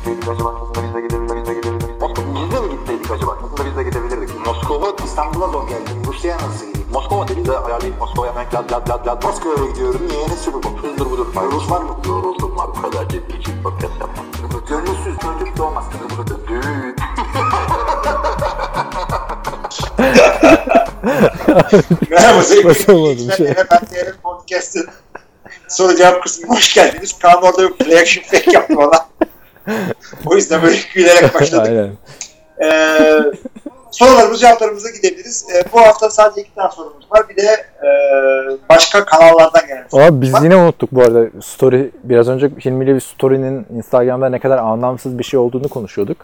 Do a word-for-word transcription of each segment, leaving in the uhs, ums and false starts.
gitseydik acaba? Aslında biz de gidebilirdik. Biz de gidebilirdik. Biz de mi gitseydik acaba? Aslında biz de gidebilirdik. Moskova, İstanbul'a zor geldim. Rusya'ya nasıl gideyim? Moskova dedi de ayarlayıp Moskova'ya hemen lad lad lad lad. Moskova'ya gidiyorum. Niye? Ne sürü bu? Hızdır budur. Rus var mı? Yoruldum var. Bu kadar ciddi için podcast yapmam. Gönülsüz çocuk doğmaz. Düğün. Merhaba sevgili şey. Ben Değer'in podcast'ın soru cevap kısmına hoş geldiniz. Kaan orada bir reaction fake yaptı bana. O yüzden böyle gülerek başladık. Aynen. Ee, sorularımız cevaplarımıza gidebiliriz. Ee, bu hafta sadece iki tane sorumuz var. Bir de e, başka kanallardan gelen sorumuz var. Biz yine unuttuk bu arada. Story, biraz önce Hilmi ile bir story'nin Instagram'da ne kadar anlamsız bir şey olduğunu konuşuyorduk.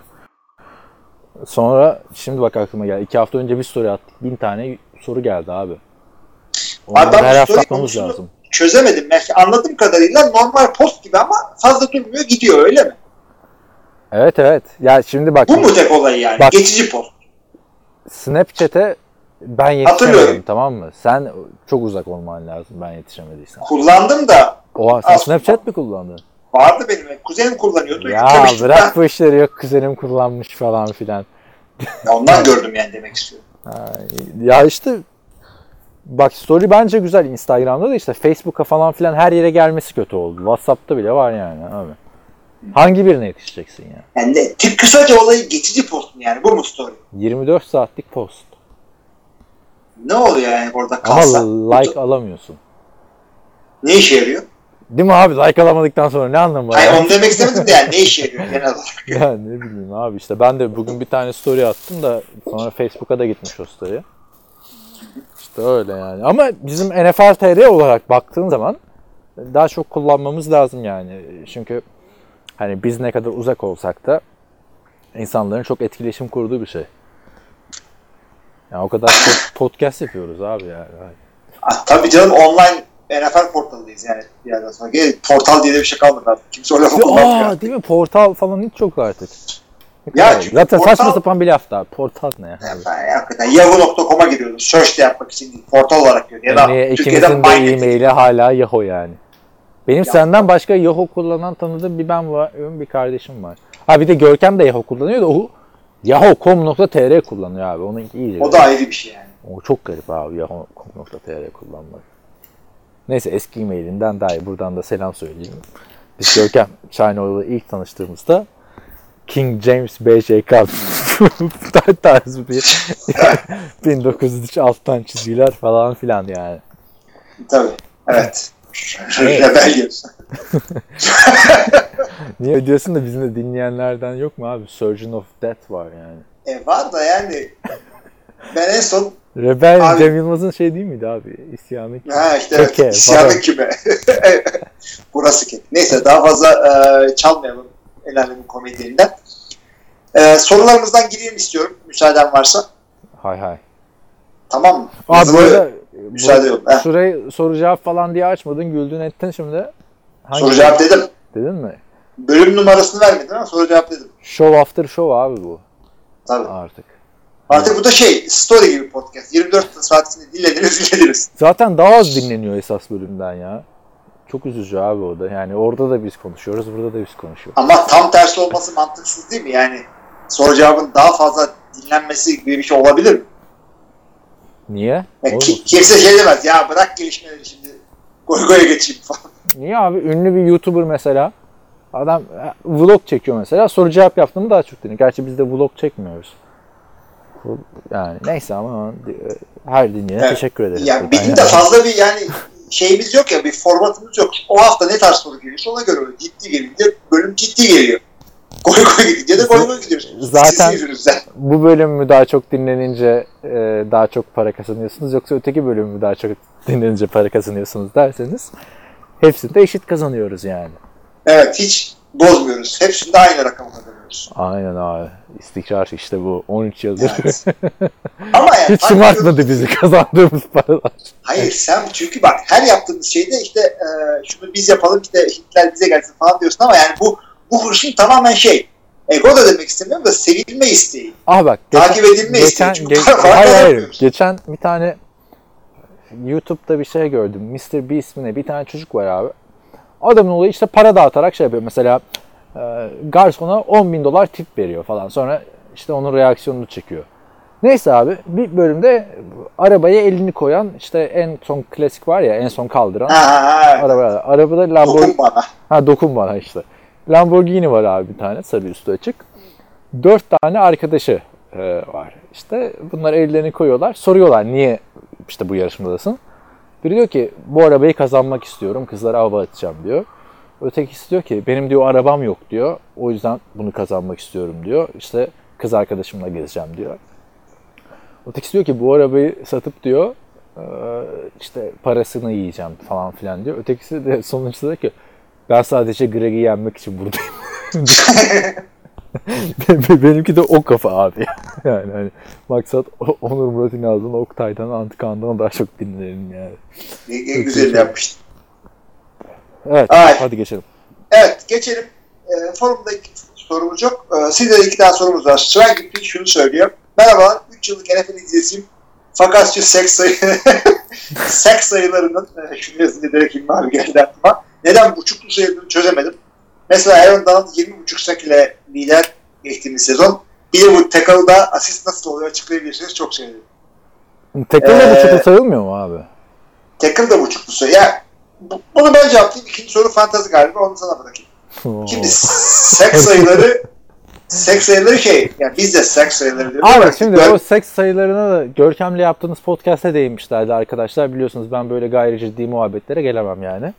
Sonra şimdi bak aklıma geldi. İki hafta önce bir story attık. Bin tane soru geldi abi. Abi ben bu story konusunu lazım. Çözemedim. Belki anladığım kadarıyla normal post gibi ama fazla durmuyor, gidiyor öyle mi? Evet evet. Ya şimdi bak. Bu mu tek olay yani? Bak, geçici post. Snapchat'e ben yetişemedim, tamam mı? Sen çok uzak olman lazım ben yetişemediysen. Kullandım da. Oha sen Snapchat mi kullandın? Vardı benim. Kuzenim kullanıyordu. Ya bırak ben. Bu işleri, yok kuzenim kullanmış falan filan. Ya ondan gördüm yani demek istiyorum. Ha, ya işte bak story bence güzel Instagram'da da, işte Facebook'a falan filan her yere gelmesi kötü oldu. WhatsApp'ta bile var yani abi. Hangi birine yetişeceksin ya? Yani de, tek kısaca olayı geçici post mu yani? Bu mu story? yirmi dört saatlik post. Ne oluyor yani orada kalsa? Ama like alamıyorsun. Ne işe yarıyor? Değil mi abi? Like alamadıktan sonra ne anlamı var? Hayır yani? Onu demek istemedim de yani ne işe yarıyor genel olarak? Ya ne bileyim abi, işte ben de bugün bir tane story attım da sonra Facebook'a da gitmiş o story. İşte öyle yani. Ama bizim N F L T R olarak baktığın zaman daha çok kullanmamız lazım yani. Çünkü hani biz ne kadar uzak olsak da insanların çok etkileşim kurduğu bir şey. Yani o kadar podcast yapıyoruz abi yani. Ah, tabii canım, online N F L portalındayız yani bir yerden sonra. Portal diye de bir şey kalmadı artık. Kimse o lafı kullanmıyor. Aa, değil mi? Portal falan hiç çok artık. Ya zaten portal, saçma sapan bir laf daha. Portal ne ya? Ya hakikaten yahoo nokta com'a giriyordu. Search de yapmak için değil. Portal olarak giriyordu. Ya yani da Türkiye'den de e-maili hala Yahoo yani. Benim ya, senden başka Yahoo kullanan tanıdığım bir ben var, bir kardeşim var. Ha bir de Görkem de Yahoo kullanıyor da o yahoo nokta com nokta t r kullanıyor abi. Onun iyice. O da ayrı bir şey yani. O çok garip abi yahoo nokta com nokta t r kullanmak. Neyse eski e-mailinden dahi buradan da selam söyleyeyim. Biz Görkem Çaynoğlu'yla ilk tanıştığımızda King James B J K tarzı bir bin dokuz yüz üç alttan çizgiler falan filan yani. Tabii. Evet. Rebel diyorsun. Niye diyorsun da bizim de dinleyenlerden yok mu abi? Surgeon of Death var yani. E var da yani ben en son Rebel abi, Cem Yılmaz'ın şey değil miydi abi? İsyanı kime? Ha işte evet. İsyanı kime? Burası kim? Neyse daha fazla e, çalmayalım el alemin komedyeninden. E, sorularımızdan gireyim istiyorum. Müsaaden varsa. Hay hay. Tamam mı? Abi burada müsaade yok. Şurayı soru cevap falan diye açmadın. Güldün ettin şimdi. Hangi soru cevap dedim. Dedin mi? Bölüm numarasını vermedin ama soru cevap dedim. Show after show abi bu. Tabii. Artık. Artık yani. Bu da şey, story gibi podcast. yirmi dört saatini dinlediniz, dinlediniz. Zaten daha az dinleniyor esas bölümden ya. Çok üzücü abi o da. Yani orada da biz konuşuyoruz, burada da biz konuşuyoruz. Ama tam tersi olması mantıksız değil mi? Yani soru cevabın daha fazla dinlenmesi gibi bir şey olabilir mi? Niye? Yani ki, kimse şey demez. Ya bırak gelişmeleri şimdi. Goy goya geçeyim falan. Niye abi? Ünlü bir YouTuber mesela. Adam vlog çekiyor mesela. Soru cevap yaptığını daha çok dinliyor. Gerçi biz de vlog çekmiyoruz. Yani neyse ama her dinleyene evet. Teşekkür ederiz. Yani bizim de fazla bir yani şeyimiz yok ya, bir formatımız yok. O hafta ne tarz soru geliyorsa ona göre öyle. Ciddi gelince bölüm ciddi geliyor. Goy goy gidince de goy goy gidiyoruz. Zaten bu bölüm mü daha çok dinlenince daha çok para kazanıyorsunuz, yoksa öteki bölüm mü daha çok dinlenince para kazanıyorsunuz derseniz hepsinde eşit kazanıyoruz yani. Evet, hiç bozmuyoruz. Hepsinde aynı rakamı kazanıyoruz. Aynen abi. İstikrar işte bu. on üç yıldır. Evet. Ama yani, hiç şımartmadı bizi kazandığımız paralar. Hayır sen çünkü bak her yaptığımız şeyde işte e, şunu biz yapalım işte Hitler bize gelsin falan diyorsun ama yani bu bu hırsın tamamen şey. Ego da demek istemiyorum da sevilme isteği. Ah bak. Takip geçen, edilme geçen, isteği. Ge- hayır hayır. Geçen bir tane YouTube'da bir şey gördüm. mister Beast mi ne? Bir tane çocuk var abi. Adamın olayı işte para dağıtarak şey yapıyor. Mesela e, garsona on bin dolar tip veriyor falan. Sonra işte onun reaksiyonunu çekiyor. Neyse abi bir bölümde arabaya elini koyan işte en son klasik var ya en son kaldıran araba. Arabada Lamborghini. Dokun bana. Ha dokun bana işte. Lamborghini var abi bir tane sarı üstü açık. Dört tane arkadaşı e, var. İşte bunlar ellerini koyuyorlar. Soruyorlar niye işte bu yarışmadasın. Biri diyor ki bu arabayı kazanmak istiyorum. Kızlara hava atacağım diyor. Ötekisi diyor ki benim diyor arabam yok diyor. O yüzden bunu kazanmak istiyorum diyor. İşte kız arkadaşımla gezeceğim diyor. Ötekisi diyor ki bu arabayı satıp diyor işte parasını yiyeceğim falan filan diyor. Ötekisi de sonuçta diyor ki ben sadece Greg'i yenmek için buradayım. Benimki de o kafa abi. Yani hani maksat Onur Murat İnal'dan, Oktay'dan, Antikan'dan daha çok dinlerim yani. En güzel yapmıştın. Evet, Ay. hadi geçelim. Evet, geçelim. E, forumda iki sorumuz yok. E, sizde de iki tane sorumuz var. Strike şunu söylüyor. Merhaba, üç yıllık N F L izleyiciyim. Fakat şu seks sayı seks sayılarının e, şunu yazınca direkt İlmi abi geldi aklıma. Neden buçuklu sayılarını çözemedim. Mesela Aaron Donald yirmi buçuk sack ile lider geçtiğimiz sezon. Bir de bu tackle'da asist nasıl oluyor açıklayabilirsiniz. Çok sevdim. Tackle da ee, buçuklu sayılmıyor mu abi? Tackle da buçuklu sayı. Ya, bu, bunu ben cevaplayayım. İkinci soru fantazi galiba. Onu sana bırakayım. Oo. Şimdi sack sayıları sack sayıları şey. Yani biz de sack sayıları diyoruz. Abi şimdi ben, o sack sayılarına da Görkem'le yaptığınız podcast'e değinmişlerdi arkadaşlar. Biliyorsunuz ben böyle gayri ciddi muhabbetlere gelemem yani.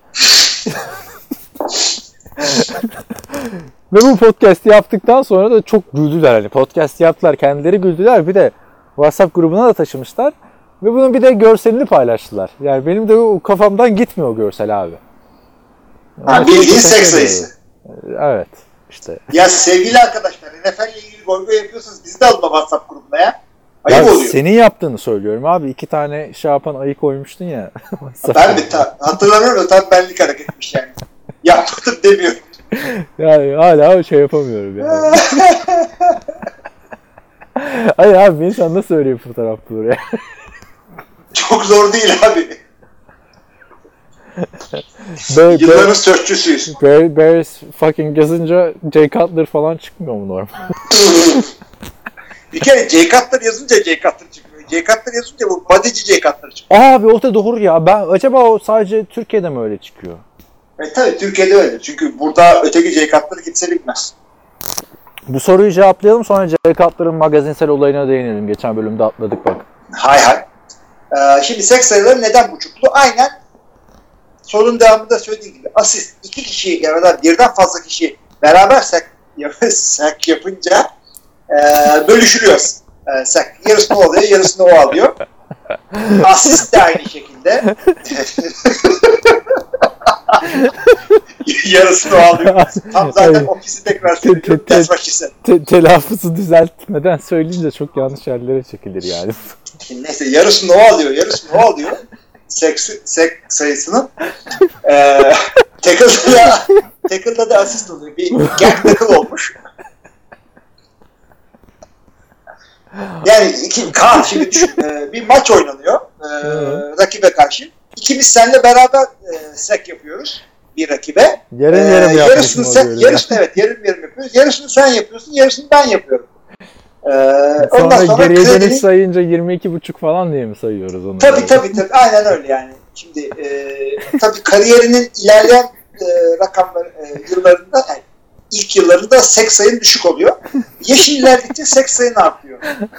Ve bu podcast yaptıktan sonra da çok güldüler. Hani podcast yaptılar, kendileri güldüler. Bir de WhatsApp grubuna da taşımışlar. Ve bunun bir de görselini paylaştılar. Yani benim de o kafamdan gitmiyor o görsel abi. Ha, bildiğin seks sayısı. Evet. işte. Ya sevgili arkadaşlar, N F L ile ilgili goy goy yapıyorsanız bizi de alın WhatsApp grubuna ya. Ayıp ya oluyor. Senin yaptığını söylüyorum abi. İki tane şey yapan ayı koymuştun ya. Ben mi? Ta- hatırlamıyorum da tam benlik hareketmiş yani. Yapmadım demiyorum. Yani hala şey yapamıyorum yani. Hayır abi bir insan nasıl öyle bir fotoğraf bulur ya? Çok zor değil abi. Bear, Yılların Bear, sözcüsüyüz. Bear, Bears fucking yazınca Jay Cutler falan çıkmıyor mu normal? Bir kere Jay Cutler yazınca Jay Cutler çıkmıyor. Jay Cutler yazınca bu bodyci Jay Cutler çıkıyor. Abi o da doğru ya. Ben acaba o sadece Türkiye'de mi öyle çıkıyor? E tabii Türkiye'de öyle. Çünkü burada öteki Jay Cutler'ı kimse bilmez. Bu soruyu cevaplayalım, sonra Jay Cutler'ın magazinsel olayına değinelim. Geçen bölümde atladık bak. Hay hay. Ee, şimdi seks sayıları neden buçuklu? Aynen sorunun devamında söylediğim gibi asist iki kişi ya da birden fazla kişi beraber sek, sek yapınca e, bölüşülüyor e, sek. Yarısını o alıyor, yarısını o alıyor. Asist de aynı şekilde. Yarısını o alıyor. Tam zaten ofisi tekrar söylüyor. That's what she said. Telaffuzu düzeltmeden söyleyince çok yanlış yerlere çekilir yani. Neyse yarısını o alıyor, yarısını o alıyor. Seks, seks sayısının. Ee, tackle'da, tackle'da da asist oluyor. Bir gag tackle olmuş. Yani iki, Kaan şimdi düşün, e, bir maç oynanıyor e, rakibe karşı. İkimiz seninle beraber e, sek yapıyoruz bir rakibe. Yarım yarım ee, yarısını sen, yarısını evet yarım yarım yapıyoruz. Yarısını sen yapıyorsun, yarısını ben yapıyorum. Ee, sonra ondan sonra geriye dönüş kredinin... sayınca yirmi iki buçuk falan diye mi sayıyoruz onu? Tabii tabii tabii. Aynen öyle yani. Şimdi e, tabii kariyerinin ilerleyen e, rakamları e, yıllarında yani ilk yıllarında seks sayın düşük oluyor. Yaş ilerledikçe seks sayın artıyor.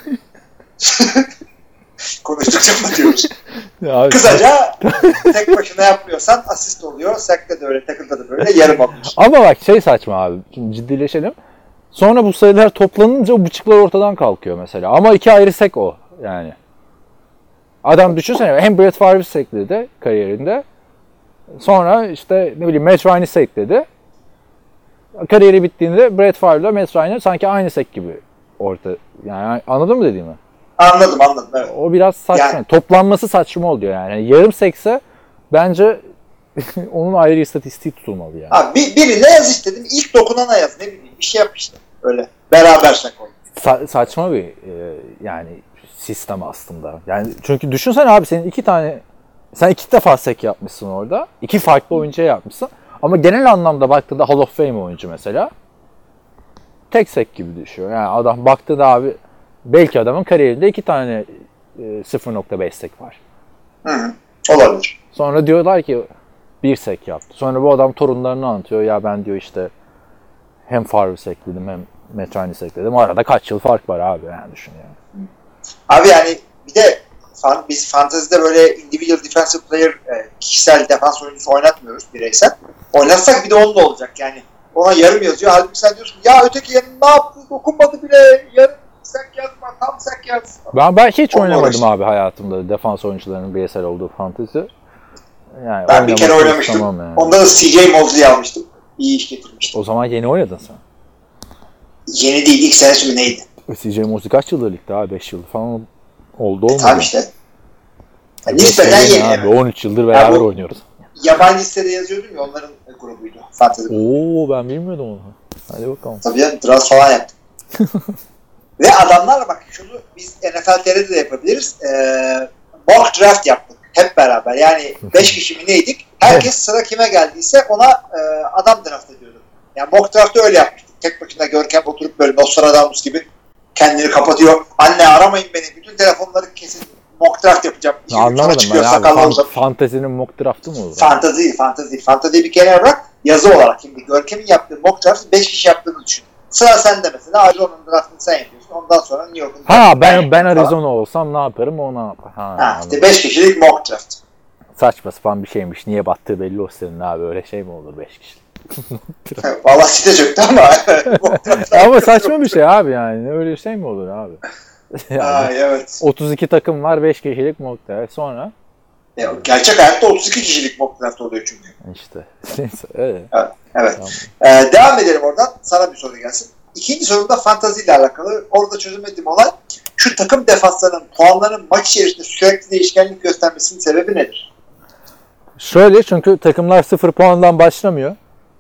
Konuştukça mı diyoruz? Abi, kısaca tek başına yapmıyorsan asist oluyor. Sekte de öyle, tackle'da da böyle yarım alıyorsun. Ama bak şey saçma abi. Şimdi ciddileşelim. Sonra bu sayılar toplanınca o buçuklar ortadan kalkıyor mesela. Ama iki ayrı sek o yani. Adam düşünsene hem Brett Favre sekledi kariyerinde. Sonra işte ne bileyim Matt Ryan'ı sekledi. Kariyeri bittiğinde Brett Favre'la Matt Ryan'ı sanki aynı sek gibi orta. Yani anladın mı dediğimi? Anladım anladım evet. O biraz saçma. Yani, toplanması saçma oluyor yani. yani yarım sekse bence onun ayrı istatistiği tutulmalı yani. Abi bir, birine yaz istedim. İlk dokunana yaz. Ne bileyim bir şey yap işte. Öyle. Beraber sek oldu. Sa- saçma bir e, yani sistem aslında. Yani çünkü düşünsene abi senin iki tane sen iki defa sek yapmışsın orada. İki farklı oyuncuya yapmışsın. Ama genel anlamda baktığında Hall of Fame oyuncu mesela. tek sek gibi düşüyor. Yani adam baktı da abi belki adamın kariyerinde iki tane e, sıfır nokta beş sek var. Hı hı. Olabilir. Sonra diyorlar ki bir sek yaptı. Sonra bu adam torunlarını anlatıyor. Ya ben diyor işte hem Favre sekledim hem Metrani sekledim. Arada kaç yıl fark var abi yani düşün yani. Abi yani bir de fan, biz fantezide böyle individual defensive player e, kişisel defans oyuncusu oynatmıyoruz bireysel. Oynatsak bir de onun da olacak yani. Ona yarım yazıyor. Halbuki sen diyorsun ya öteki yarım ne yaptı dokunmadı bile yarım sek yazma tam sek yaz. Ben, ben hiç Onunla oynamadım uğraştım. abi hayatımda defans oyuncularının bireysel olduğu fantezi. Yani Ben bir kere oynamak oynamıştım. istemem yani. Onda da C J Mosley almıştım. İyi iş getirmiştim. O zaman yeni oynadın sen. Yeni değil ilk senesi mi neydi? C J Mosley kaç yıldır ligde abi? beş yıl falan oldu olmadı. E, tamam işte. Yani nispeten Şey yeni. abi, Evet. on üç yıldır beraber bu- oynuyoruz. Yabancı sitede yazıyordum ya onların grubuydu. Fantezi. Oo ben bilmiyordum onu. Hadi bakalım. Tabii ya draft falan yaptım. Ve adamlarla bak şunu biz N F L T R'de de yapabiliriz. Ee, mock draft yaptık hep beraber. Yani beş kişi mi neydik? Herkes sıra kime geldiyse ona e, adam draft ediyordu. Yani mock draft'ı öyle yapmıştık. Tek başına Görkem oturup böyle Nostradamus gibi kendini kapatıyor. Anne aramayın beni. Bütün telefonları kesin. Mock draft yapacağım. İki gün sonra Anlamadım ben çıkıyor abi. sakallı Fan, uzak. fantezinin mock draftı mı olur? Fantezi değil, fantezi değil. Fanteziyi bir kenara bırak. Yazı olarak. Şimdi Görkem'in yaptığı mock draft'ı beş kişi yaptığını düşün. Sıra sende mesela. Arizona'nın draftını sen yapıyorsun. Ondan sonra New York'un Ha draftını ben yapıyorum ben falan. Arizona olsam ne yaparım o ne yapar? Ha, Ha, anladım. işte beş kişilik mock draft. Saçma sapan bir şeymiş. Niye battığı belli o senin abi. Öyle şey mi olur beş kişi? Valla site çöktü ama. mock draft Ama saçma bir şey abi yani. Öyle şey mi olur abi? Yani Ay, evet. otuz iki takım var beş kişilik mock draft. Sonra Ya, gerçek hayatta otuz iki kişilik mock draft oluyor çünkü. işte. Neyse öyle. Evet. evet. Tamam. Ee, devam edelim oradan. Sana bir soru gelsin. İkinci sorumda fantaziyle alakalı. Orada çözemediğim olay şu takım defanslarının puanlarının maç içerisinde sürekli değişkenlik göstermesinin sebebi nedir? Şöyle çünkü takımlar sıfır puandan başlamıyor.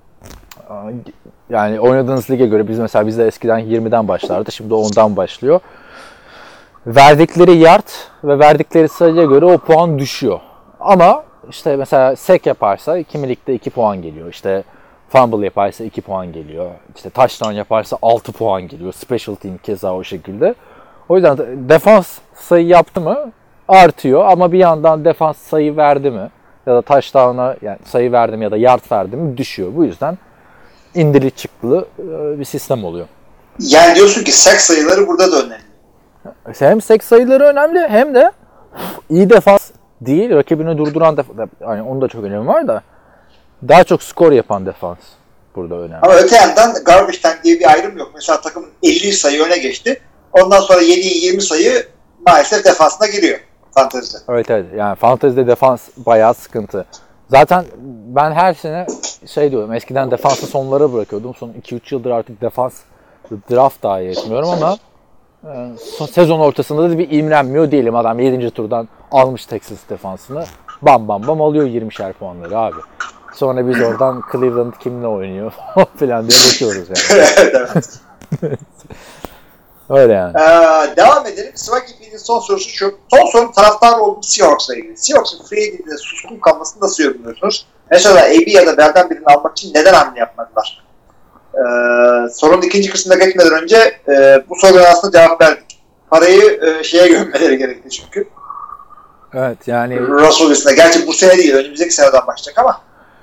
Yani oynadığınız lige göre biz mesela bizde eskiden yirmiden başlardı. Şimdi ondan başlıyor. Verdikleri yard ve verdikleri sayıya göre o puan düşüyor. Ama işte mesela sek yaparsa kimi ligde iki puan geliyor. İşte fumble yaparsa iki puan geliyor. İşte touchdown yaparsa altı puan geliyor. Special team keza o şekilde. O yüzden defans sayı yaptı mı artıyor ama bir yandan defans sayı verdi mi ya da touchdown'a yani sayı verdim ya da yard verdi mi düşüyor. Bu yüzden indiri çıktılı bir sistem oluyor. Yani diyorsun ki sek sayıları burada da önemli. Hem sek sayıları önemli hem de iyi defans değil, rakibini durduran defans. Yani onun da çok önemi var da daha çok skor yapan defans burada önemli. Ama öte yandan garbage time diye bir ayrım yok. Mesela takım elli sayı öne geçti. Ondan sonra yedi yirmi sayı maalesef defansına giriyor fantezide. Evet evet. Yani fantezide defans bayağı sıkıntı. Zaten ben her sene şey diyorum. Eskiden defansı sonlara bırakıyordum. Son iki üç yıldır artık defans draft dahi etmiyorum ama e, sezon ortasında da bir imrenmiyor değilim. Adam yedinci turdan almış Texas defansını. Bam bam bam alıyor yirmişer puanları abi. Sonra biz oradan Cleveland kimle oynuyor falan diye bakıyoruz yani. evet. Öyle yani. Ee, devam edelim. Swaggy'nin son sorusu şu. Son sorum taraftar olduğum Seahawks'la ilgili. Seahawks'ın free agency'de suskun kalmasını nasıl yorumluyorsunuz? Mesela A B ya da Bell'den birini almak için neden hamle yapmadılar? Ee, sorunun ikinci kısmına geçmeden önce e, bu soruya aslında cevap verdik. Parayı e, şeye gömmeleri gerekti çünkü. Evet yani. Russell Wilson'a. Gerçi bu sene değil. Önümüzdeki seneden başlayacak ama.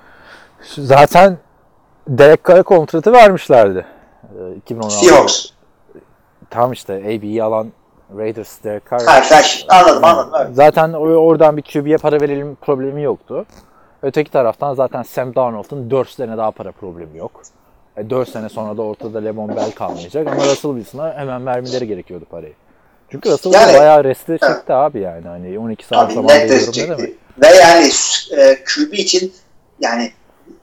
Zaten Derek Carr'a kontratı vermişlerdi. iki bin on altı. Seahawks. Tam işte A B'yi alan Raiders Derek Carr. Ha, flash. Anladım anladım. Evet. Zaten oradan bir Q B'ye para verelim problemi yoktu. Öteki taraftan zaten Sam Darnold'un dört sene daha para problemi yok. E, dört sene sonra da ortada Le'Veon Bell kalmayacak ama Russell Wilson'a hemen vermeleri gerekiyordu parayı. Çünkü Russell Yani, bayağı resti çekti evet. abi yani. Hani on iki saat Tabii zaman net veriyorum ne çekti. demek. Ve yani e, Q B için yani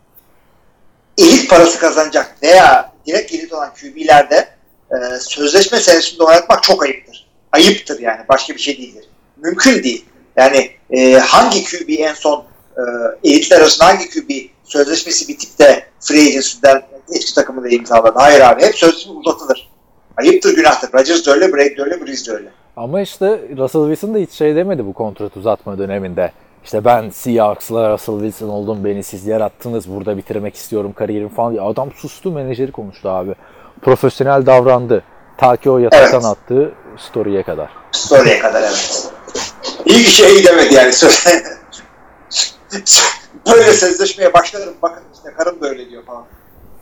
elit parası kazanacak veya direkt elit olan Q B'lerde e, sözleşme senesinde oynatmak çok ayıptır. Ayıptır yani. Başka bir şey değildir. Mümkün değil. Yani e, hangi Q B en son e, elitler arasında hangi Q B sözleşmesi bitip de free agency'den eski takımı da imzaladı? Hayır abi. Hep sözleşme uzatılır. Ayıptır, günahtır. Rodgers de öyle, Brady de öyle, Breeze de öyle. Ama işte Russell Wilson da hiç şey demedi bu kontrat uzatma döneminde. İşte ben Seahawks'la Russell Wilson oldum, beni siz yarattınız, burada bitirmek istiyorum kariyerimi falan diye. Adam sustu, menajeri konuştu abi. profesyonel davrandı. Ta ki o yataktan Evet. attığı story'e kadar. Story'e kadar evet. İyi ki şey demedi yani. Böyle sözleşmeye başlarım. Bakın işte karım da öyle diyor falan.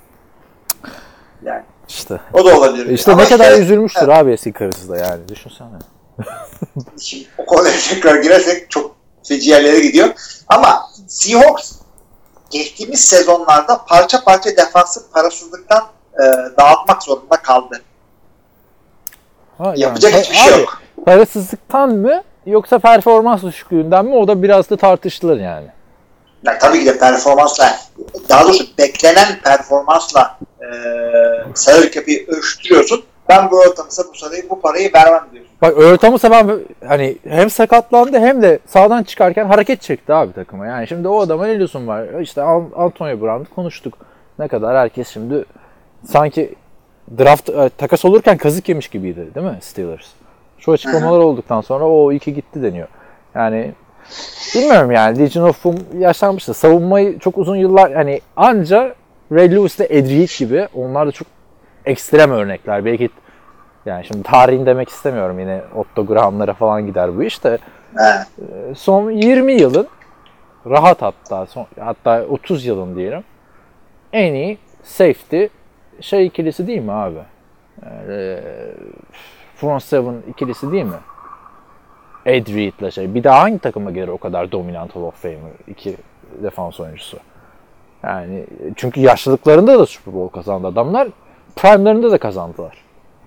Yani. İşte. O da olabilir. İşte Ama ne işte, kadar üzülmüştür abi eski karısı da yani. Düşünsene. Şimdi o konuya tekrar girersek çok feci yerlere gidiyor. Ama Seahawks geçtiğimiz sezonlarda parça parça defansı parasızlıktan e, dağıtmak zorunda kaldı. Ha, Yapacak yani, hiçbir şey abi, yok. Parasızlıktan mı yoksa performans düşüklüğünden mi? O da biraz da tartışılır yani. Yani tabii ki de performansla, daha doğrusu beklenen performansla e, salary cap'i ölçtürüyorsun. Ben bu ortamıza bu parayı, bu parayı vermem diyorsun. Bak Earl Thomas'a ben hani hem sakatlandı hem de sağdan çıkarken hareket çekti abi takıma. Yani şimdi o adama ne lüzum var? İşte Antonio Brown'u konuştuk. Ne kadar herkes şimdi sanki draft takas olurken kazık yemiş gibiydi değil mi Steelers? Şu açıklamalar olduktan sonra o iki gitti deniyor. Yani bilmiyorum yani Legion of Boom yaşlanmıştı. Savunmayı çok uzun yıllar hani anca Ray Lewis ile Ed Reed gibi onlar da çok ekstrem örnekler. Belki yani şimdi tarihin demek istemiyorum yine Otto Graham'lara falan gider bu iş de. He. Son yirmi yılın rahat hatta son, hatta otuz yılın diyelim en iyi safety şey ikilisi değil mi abi? Ee, front seven ikilisi değil mi? Ed Reed'le şey. Bir daha hangi takıma gelir o kadar dominant Hall of Famer iki defans oyuncusu? Yani çünkü yaşlılıklarında da Super Bowl kazandı adamlar. Prime'larında da kazandılar.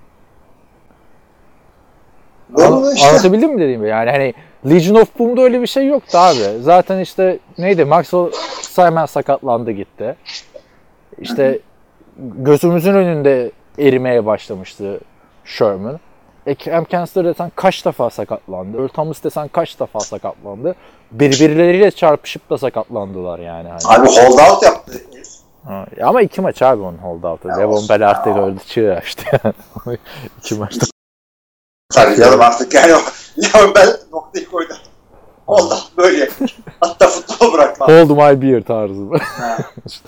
An- işte. Anlatabildim mi dediğimi? Yani hani Legion of Boom'da öyle bir şey yoktu abi. Zaten işte neydi? Maxwell Simon sakatlandı gitti. İşte gözümüzün önünde erimeye başlamıştı Sherman. E, Cam Chancellor desen kaç defa sakatlandı. Earl Thomas desen kaç defa sakatlandı. Birbirleriyle çarpışıp da sakatlandılar yani. Hani. Abi holdout yaptı. Ha, ama iki maç abi onun holdout'u. Levon Bell artık öldü çığ açtı. iki maçta. Tabii canım artık yani Levon Bell noktayı koydu. Holdout böyle. Hatta futbol bırakma. Hold my beer tarzı. işte.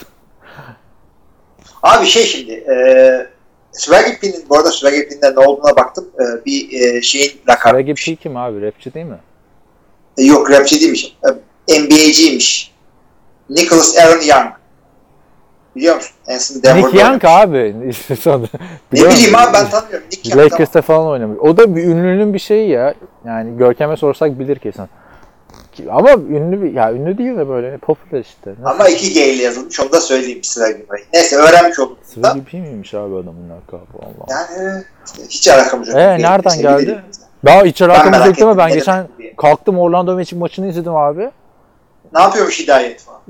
Abi şey şimdi e, Swaggy Pinn'in bu arada Swaggy Pinn'den ne olduğuna baktım. E, bir e, şeyin lakabı. Swaggy P kim abi? Rapçi değil mi? E, yok rapçi değilmiş. E, N B A'ciymiş. Nicholas Aaron Young. Biliyor musun? Anson Denver'da Nick Young abi. ne bileyim abi ben tanımıyorum. Nick Young. Lakers'ta falan oynamış. O da bir ünlünün bir şeyi ya. Yani Görkem'e sorsak bilir kesin. Ama ünlü bir, ya ünlü değil de böyle popüler işte. Nasıl? Ama iki G ile yazılmış. Onu da söyleyeyim Swaggy Bey. Neyse öğrenmiş olduk. Swaggy P miymiş abi adamın lakabı Allah. Yani işte hiç alakamız yok. Ee, nereden geldi? Ben hiç alakamız yok değil mi? Ben geçen diye. kalktım Orlando Magic maçını izledim abi. Ne yapıyormuş Hidayet falan?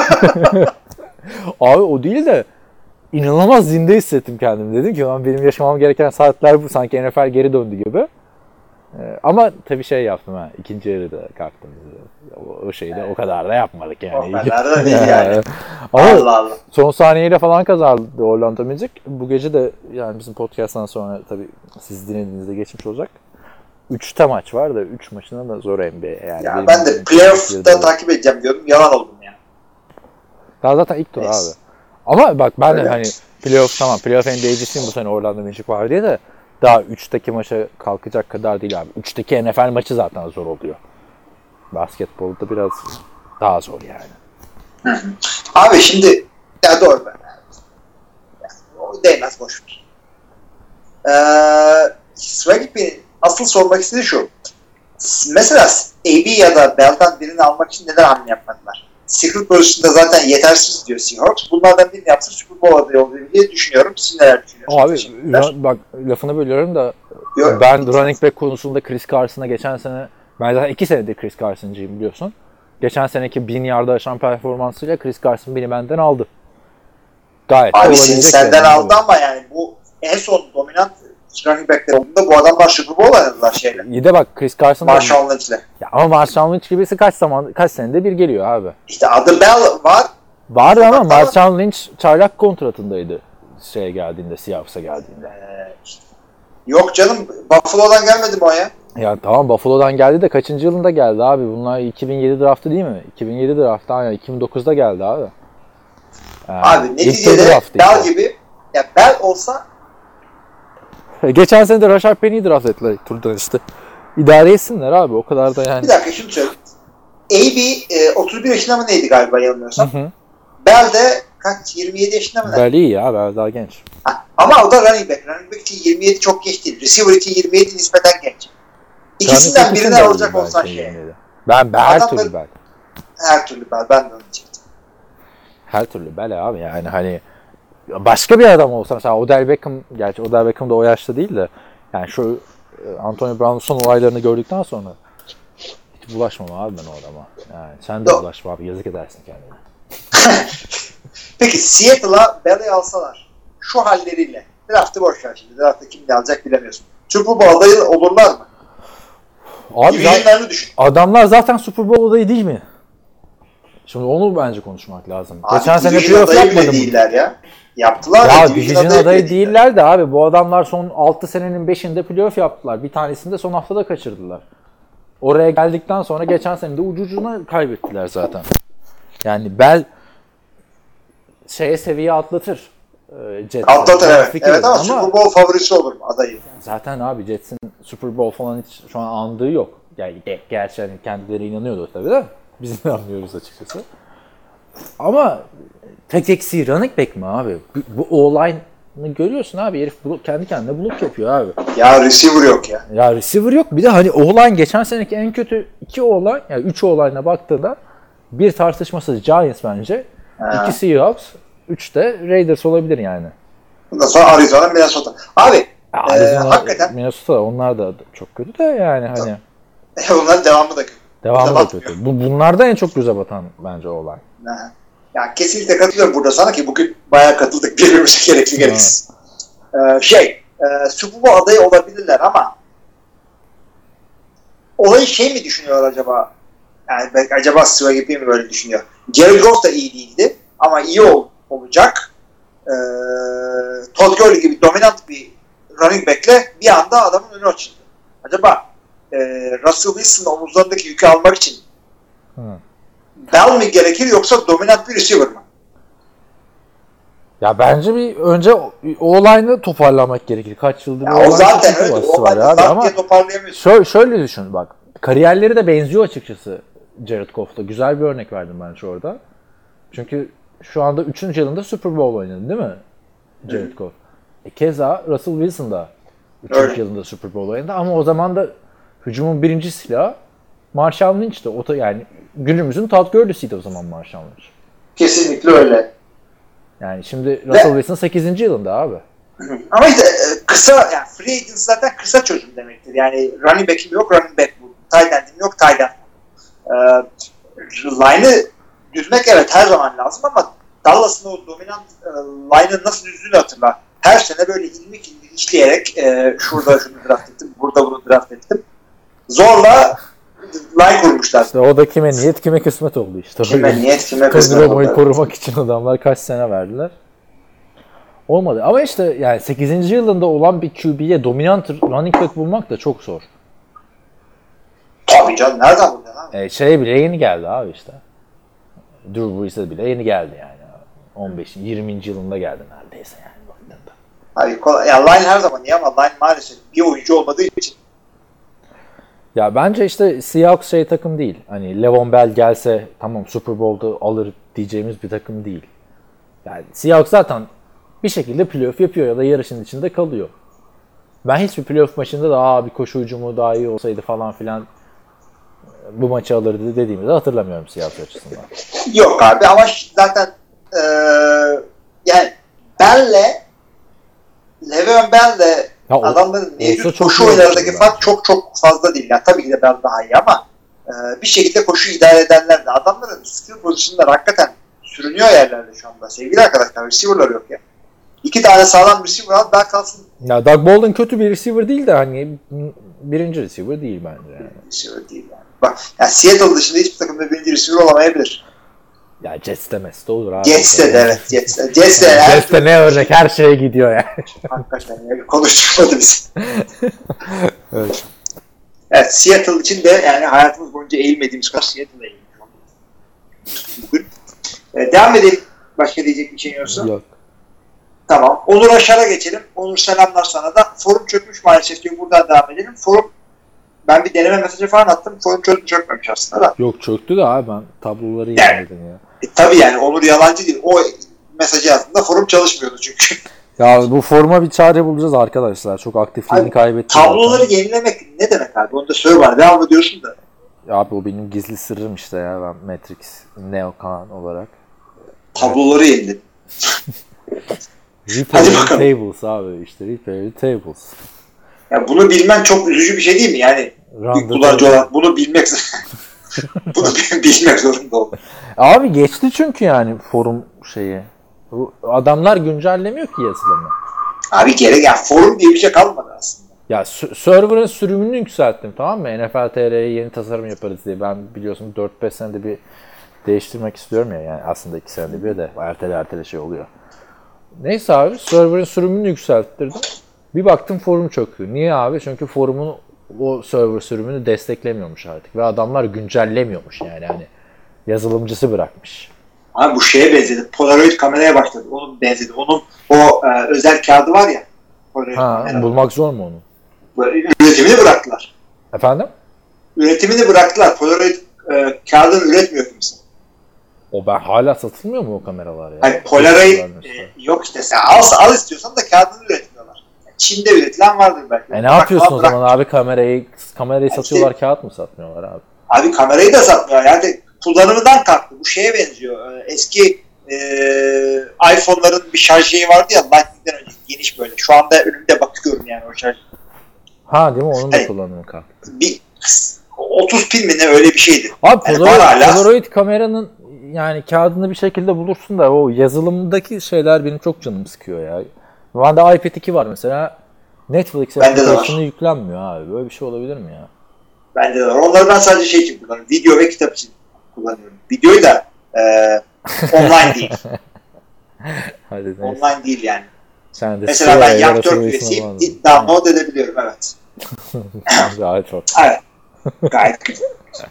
Abi o değil de inanılmaz zinde hissettim kendimi. Dedim ki lan benim yaşamam gereken saatler bu. Sanki N F L geri döndü gibi. Ee, ama tabii şey yaptım ha. İkinci yarıda kalktım. O, o şeyi de evet. O kadar da yapmadık yani. O kadar da değil yani. Ama Allah Allah. son saniyeyle falan kazandı Orlando Magic. Bu gece de yani bizim podcast'tan sonra tabii siz dinlediğinizde geçmiş olacak. Üçte maç var da üç maçına da zor N B A. Yani ya ben de playoff'ta takip edeceğim diyordum. Yalan oldum yani. Daha zaten ilk tur Neyse. abi. Ama bak ben Öyle. de hani playoff tamam. Playoff N B A'cisiyim bu sene Orlando Magic var diye de daha üçteki maça kalkacak kadar değil abi. üçteki N F L maçı zaten zor oluyor. Basketbolda biraz daha zor yani. Hı hı. Abi şimdi ya doğru ben. Yani, o değmez boş ver. Ee, Swaggy Pinn'in asıl sormak istediği şu. Mesela A B ya da Bell'dan birini almak için neden hamle yapmadılar? Secret Position'da zaten yetersiz diyor Seahawks. Bunlardan birini yapsa Super Bowl adayı olur diye düşünüyorum. Siz neler düşünüyorsunuz? Abi ra- bak lafını bölüyorum da Yok, ben running back konusunda Chris Carson'a geçen sene ben zaten iki senedir Chris Carson'cıyım biliyorsun. Geçen seneki bin yarda aşan performansıyla Chris Carson beni benden aldı. Gayet abi seni senden yani. aldı ama yani bu en son dominant running back'ler olduğunda bu adamlar Super Bowl oynadılar şeyle. İyi de bak Chris Carson Marshawn Lynch'le. Ya ama Marshawn Lynch gibisi kaç zaman kaç senede bir geliyor abi. İşte adı Bell var. Vardı ama Marshawn Lynch çaylak kontratındaydı şeye geldiğinde, Seahawks'a geldiğinde. Ee, işte. Yok canım Buffalo'dan gelmedi mi o ya? Ya tamam Buffalo'dan geldi de kaçıncı yılında geldi abi? Bunlar iki bin yedi draftı değil mi? iki bin yedi draftı aynen iki bin dokuzda geldi abi. Yani abi neticede Bell gibi ya Bell olsa Geçen sene de Rashard Penny'i draft ettiler turdan işte. İdare etsinler abi, o kadar da yani. Bir dakika şunu söyleyeyim. A B e, otuz bir yaşında mı neydi galiba yanılmıyorsam? Hı hı. Bell de kaç? yirmi yedi yaşında mı? Bell iyi ya, Bell daha genç. Ha, ama o da running back. Running back için yirmi yedi çok geç değil. Receiver için yirmi yedi nispeten genç. İkisinden birini alacak olsan şey. Ben, ben her Adamlar, türlü Bell. Her türlü Bell. Ben de onu diyecektim. Her türlü Bell abi yani hani başka bir adam olsa mesela Odell Beckham, gerçi Odell Beckham da o yaşta değil de yani şu Antonio Brown'un son olaylarını gördükten sonra hiç bulaşmam abi ben o adama. Yani sen de Yok. bulaşma abi, yazık edersin kendine. Peki Seattle'a Bell'i alsalar şu halleriyle draft'ı boş ver şimdi. Draft'ı kim ne alacak bilemiyorsun. Super Bowl adayı olurlar mı? Abi Division'larını düşün. adamlar zaten Super Bowl adayı değil mi? Şimdi onu bence konuşmak lazım. Abi, geçen sene Division playoff adayı bile yapmadı mı? değiller ya. Yaptılar Ya da Division adayı, adayı bile değiller de abi, bu adamlar son altı senenin beşinde playoff yaptılar. Bir tanesini de son haftada kaçırdılar. Oraya geldikten sonra geçen sene de ucucuna kaybettiler zaten. Yani Bell şeye seviye atlatır. Jets'e. Atlatır evet. Fikir Evet ama, ama Super Bowl favorisi olur mu adayı? zaten abi Jets'in Super Bowl falan hiç şu an andığı yok. Yani ge- gerçi hani kendileri inanıyordu tabii de biz inanmıyoruz açıkçası. Ama tek eksiği running back mi abi? Bu, bu O-line'ı görüyorsun abi, herif blok, kendi kendine blok yapıyor abi. Ya receiver yok ya. Ya receiver yok. Bir de hani O-line geçen seneki en kötü iki O-line, yani üç O-line'a baktığında bir tartışmasız Giants bence. Ha. iki Seahawks, üç de Raiders olabilir yani. Bundan sonra Arizona, Minnesota. Abi Ya e, Arizona, hakikaten Minnesota onlar da çok kötü de yani hani onların devamı da kötü. devamı da batmıyor. kötü. Bu, bunlardan en çok göze batan bence O-line. Ha. Ya kesinlikle katılıyorum burada sana ki bugün bayağı katıldık birbirimize gerekli gereksiz. Ee, şey, e, Super Bowl adayı olabilirler ama olayı şey mi düşünüyorlar acaba? Yani belki acaba Sıva gibi mi böyle düşünüyor? Jared Goff da iyi değildi ama iyi ol, olacak. Ee, Todd Gurley gibi dominant bir running back'le bir anda adamın önü açıldı. Acaba e, Russell Wilson'ın omuzlarındaki yükü almak için Hı. Bell mi gerekir yoksa dominant bir receiver mı? Ya bence bir önce O-line'ı toparlamak gerekir. Kaç yıldır Ya O-line o zaten sıkıntı öyle. var, O var abi. zaten Ama diye toparlayamıyorsun. şöyle, şöyle düşün bak. Kariyerleri de benziyor açıkçası Jared Goff'la. Güzel bir örnek verdim bence orada. Çünkü şu anda üçüncü yılında Super Bowl oynadı değil mi Jared Goff? E keza Russell Wilson da üçüncü yılında Super Bowl oynadı ama o zaman da hücumun birinci silahı Marshawn Lynch'ti. O da yani günümüzün Todd Gurley'siydi o zaman Marshawn Lynch. Kesinlikle öyle. Yani şimdi Russell Wilson sekizinci yılında abi. Ama işte kısa, yani free agent zaten kısa çözüm demektir. Yani running back'im yok, running back bu. Tight end'im yok, tight end bu. Ee, line'ı düzmek evet her zaman lazım ama Dallas'ın o dominant e, line'ın nasıl düzdüğünü hatırla. Her sene böyle ilmik ilmik işleyerek e, şurada şunu draft ettim, burada bunu draft ettim. Zorla line kurmuşlar. İşte o da kime niyet kime kısmet oldu işte. Kime niyet kime kısmet oldu. Kadroyu korumak için adamlar kaç sene verdiler. Olmadı. Ama işte yani sekizinci yılında olan bir Q B'ye dominant running back bulmak da çok zor. Tabii canım, nereden bulacaksın abi? E, şey bile yeni geldi abi işte. Drew Brees'e bile yeni geldi yani. on beş yirminci yılında geldi neredeyse yani. Abi kolay. Ya line her zaman iyi ama line maalesef bir oyuncu olmadığı için. Ya bence işte Seahawks şey takım değil. Hani Le'Veon Bell gelse tamam Super Bowl'da alır diyeceğimiz bir takım değil. Yani Seahawks zaten bir şekilde playoff yapıyor ya da yarışın içinde kalıyor. Ben hiçbir playoff maçında da aa bir koşu hücumu daha iyi olsaydı falan filan bu maçı alırdı dediğimi de hatırlamıyorum Seahawks açısından. Yok abi ama zaten ee, yani Bell'le Le'Veon Bell'le Ya o- adamların olsa mevcut çok koşu iyi oyunlarındaki olur fark çok çok fazla değil. Yani tabii ki de Bell daha iyi ama e, bir şekilde koşu idare edenler de adamların skill pozisyonları hakikaten sürünüyor yerlerde şu anda. Sevgili arkadaşlar, receiver'lar yok ya. İki tane sağlam receiver al, daha kalsın. Ya Doug Baldwin kötü bir receiver değil de hani birinci receiver değil bence yani. Receiver değil yani. Bak, yani Seattle dışında hiçbir takımda birinci receiver olamayabilir. Ya Jets'te Messi olur abi. Jets'te de evet. Jets'te. Jets'te Yani her Jets'te ne örnek her şeye gidiyor yani. hakikaten yani konuşturmadı bizi. Evet. Evet, Seattle için de yani hayatımız boyunca eğilmediğimiz kadar Seattle'da eğildik. Ee, devam edelim. Başka diyecek bir şey yoksa. Yok. Tamam. Onur Aşar'a geçelim. Onur selamlar sana da. Forum çökmüş maalesef diyor. Buradan devam edelim. Forum ben bir deneme mesajı falan attım. Forum çökmüş çökmemiş aslında da. Yok çöktü de abi ben tabloları Yani, yemedim ya. E, tabii yani Onur yalancı değil. O mesajı yazdığında forum çalışmıyordu çünkü. Ya bu foruma bir çare bulacağız arkadaşlar. Çok aktifliğini kaybetti. Tabloları zaten. yenilemek ne demek abi? Onu da söyle bana. Devam ediyorsun da. Ya abi o benim gizli sırrım işte ya. Ben Matrix Neo Kaan olarak. Tabloları yeniledim. Repair Tables abi işte Repair Tables. Ya bunu bilmen çok üzücü bir şey değil mi? Yani büyük kullanıcı olarak bunu bilmek bunu bilmek zorunda oldu. Abi geçti çünkü yani forum şeyi. Bu adamlar güncellemiyor ki yazılımı. Abi gerek ya forum diye bir şey kalmadı aslında. Ya s- server'ın sürümünü yükselttim tamam mı? N F L T R'ye yeni tasarım yaparız diye. Ben biliyorsun dört beş senede bir değiştirmek istiyorum ya. Yani aslında iki senede bir de ertele ertele şey oluyor. Neyse abi server'ın sürümünü yükselttirdim. Bir baktım forum çöküyor. Niye abi? Çünkü forumun o server sürümünü desteklemiyormuş artık. Ve adamlar güncellemiyormuş yani. Hani yazılımcısı bırakmış. Abi bu şeye benzedi. Polaroid kameraya başladı. Onun benzedi. Onun o e, özel kağıdı var ya. Polaroid Ha, kamera. bulmak zor mu onu? Böyle üretimini bıraktılar. Efendim? Üretimini bıraktılar. Polaroid e, kağıdını üretmiyor kimse. O ben hala satılmıyor mu o kameralar ya? Hani Polaroid e, yok işte. Sen al, al istiyorsan da kağıdını üretmiyorlar. Yani Çin'de üretilen vardır belki. E ne yapıyorsun o zaman abi kamerayı kamerayı yani satıyorlar işte, kağıt mı satmıyorlar abi? Abi kamerayı da satmıyor. Yani kullanımından kalktı. Bu şeye benziyor. Eski e, iPhone'ların bir şarj şeyi vardı ya Lightning'den önce geniş böyle. Şu anda önümde bakıyorum yani o şarj. Ha değil mi? Onun da hani, kullanımı kalktı. Bir otuz pil mi ne öyle bir şeydi. Abi yani Polaroid, hala... Polaroid kameranın yani kağıdını bir şekilde bulursun da o yazılımdaki şeyler benim çok canımı sıkıyor ya. Bende iPad iki var mesela. Netflix application'ı yüklenmiyor abi. Böyle bir şey olabilir mi ya? Bende de var. Onları ben sadece şey için kullanıyorum. Video ve kitap için kullanıyorum. Videoyu da e, online değil. Hadi online değil yani. Sen de mesela ben Yak dört üyesiyim. Download edebiliyorum. Evet. Gayet çok. Evet. Gayet güzel.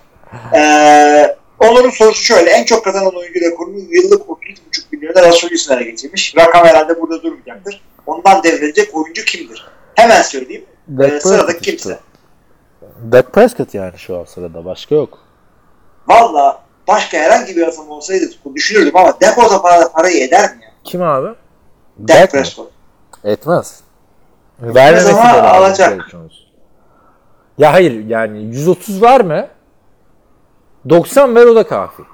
Ee, Onur'un sorusu şöyle. En çok kazanan oyuncu rekorunu yıllık otuz buçuk milyona Russell Wilson'a geçirmiş. Rakam herhalde burada durmayacaktır. Ondan devrilecek oyuncu kimdir? Hemen söyleyeyim. Ee, sıradaki kimse. Dak Prescott yani şu an sırada. Başka yok. Valla başka herhangi bir adam olsaydı düşünürdüm ama Dak o da para, parayı eder mi ya? Kim abi? Dak Prescott. Etmez. Vermemesi de alacak. Ya hayır yani yüz otuz var mı? doksan ver o da kafi.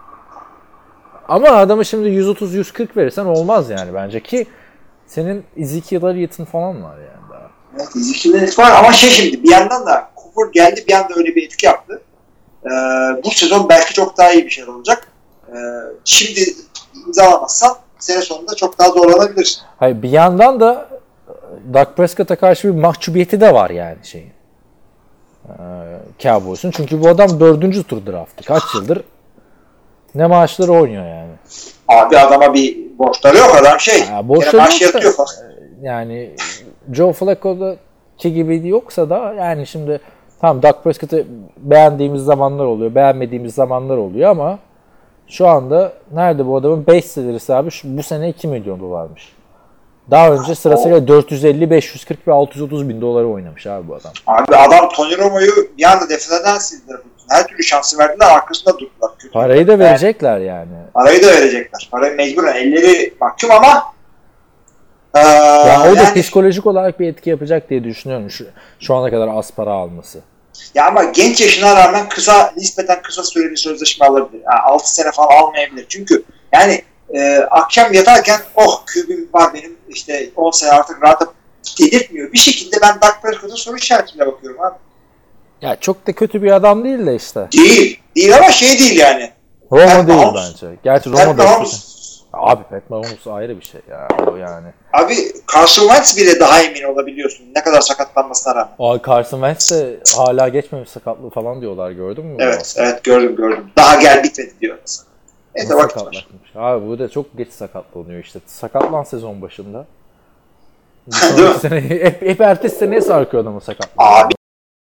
Ama adamı şimdi yüz otuz yüz kırk verirsen olmaz yani bence ki senin Ezekiel Elliott'ın falan var yani daha. Evet Ezekiel Elliott var ama şey şimdi bir yandan da Cooper geldi bir anda öyle bir etki yaptı. Ee, bu sezon belki çok daha iyi bir şey olacak. Ee, şimdi imzalamazsan sene sonunda çok daha zorlanabilirsin. Hayır bir yandan da Dak Prescott'a karşı bir mahcubiyeti de var yani şeyin. Ee, Cowboys'un. Çünkü bu adam dördüncü tur draftı. Kaç yıldır ne maaşları oynuyor yani. Abi adama bir borçları yok adam şey. Ya, borçları yoksa, yani Joe Flacco'daki gibi yoksa da yani şimdi tamam Dak Prescott'ı beğendiğimiz zamanlar oluyor. Beğenmediğimiz zamanlar oluyor ama şu anda nerede bu adamın beş salarisi abi? Şu, bu sene iki milyon dolarmış. Daha önce sırasıyla dört yüz elli, beş yüz kırk ve altı yüz otuz bin doları oynamış abi bu adam. Abi adam Tony Romo'yu bir anda defneden sildiler. Her türlü şansı verdiler, arkasında durdular. Kötü Parayı da verecekler yani. Parayı da verecekler. Parayı mecburen. Elleri mahkum ama ee, ya o da yani, psikolojik olarak bir etki yapacak diye düşünüyorum şu, şu ana kadar az para alması. Ya ama genç yaşına rağmen kısa, nispeten kısa süreli sözleşme alabilir. Yani altı sene falan almayabilir. Çünkü yani e, akşam yatarken oh kübüm var benim işte on sene artık rahatım dedirtmiyor. Bir şekilde ben Dak Prescott'a soru işaretiyle bakıyorum abi. Ya çok da kötü bir adam değil de işte. Değil. Değil ama şey değil yani. Roma Pat değil Mahomes. bence. Gerçi Roma da abi Pat Mahomes ayrı bir şey ya o yani. Abi Carson Wentz bile daha emin olabiliyorsun. Ne kadar sakatlanmasına rağmen. Abi Carson Wentz de hala geçmemiş sakatlığı falan diyorlar gördün mü? Evet, evet gördüm gördüm. Daha gel bitmedi diyor mesela. Neyse vakit var. Abi bu da çok geç sakatlanıyor işte. Sakatlan sezon başında. Değil mi? Sene, hep, hep ertesi seneye sarkıyor adamı sakatlanıyor. Abi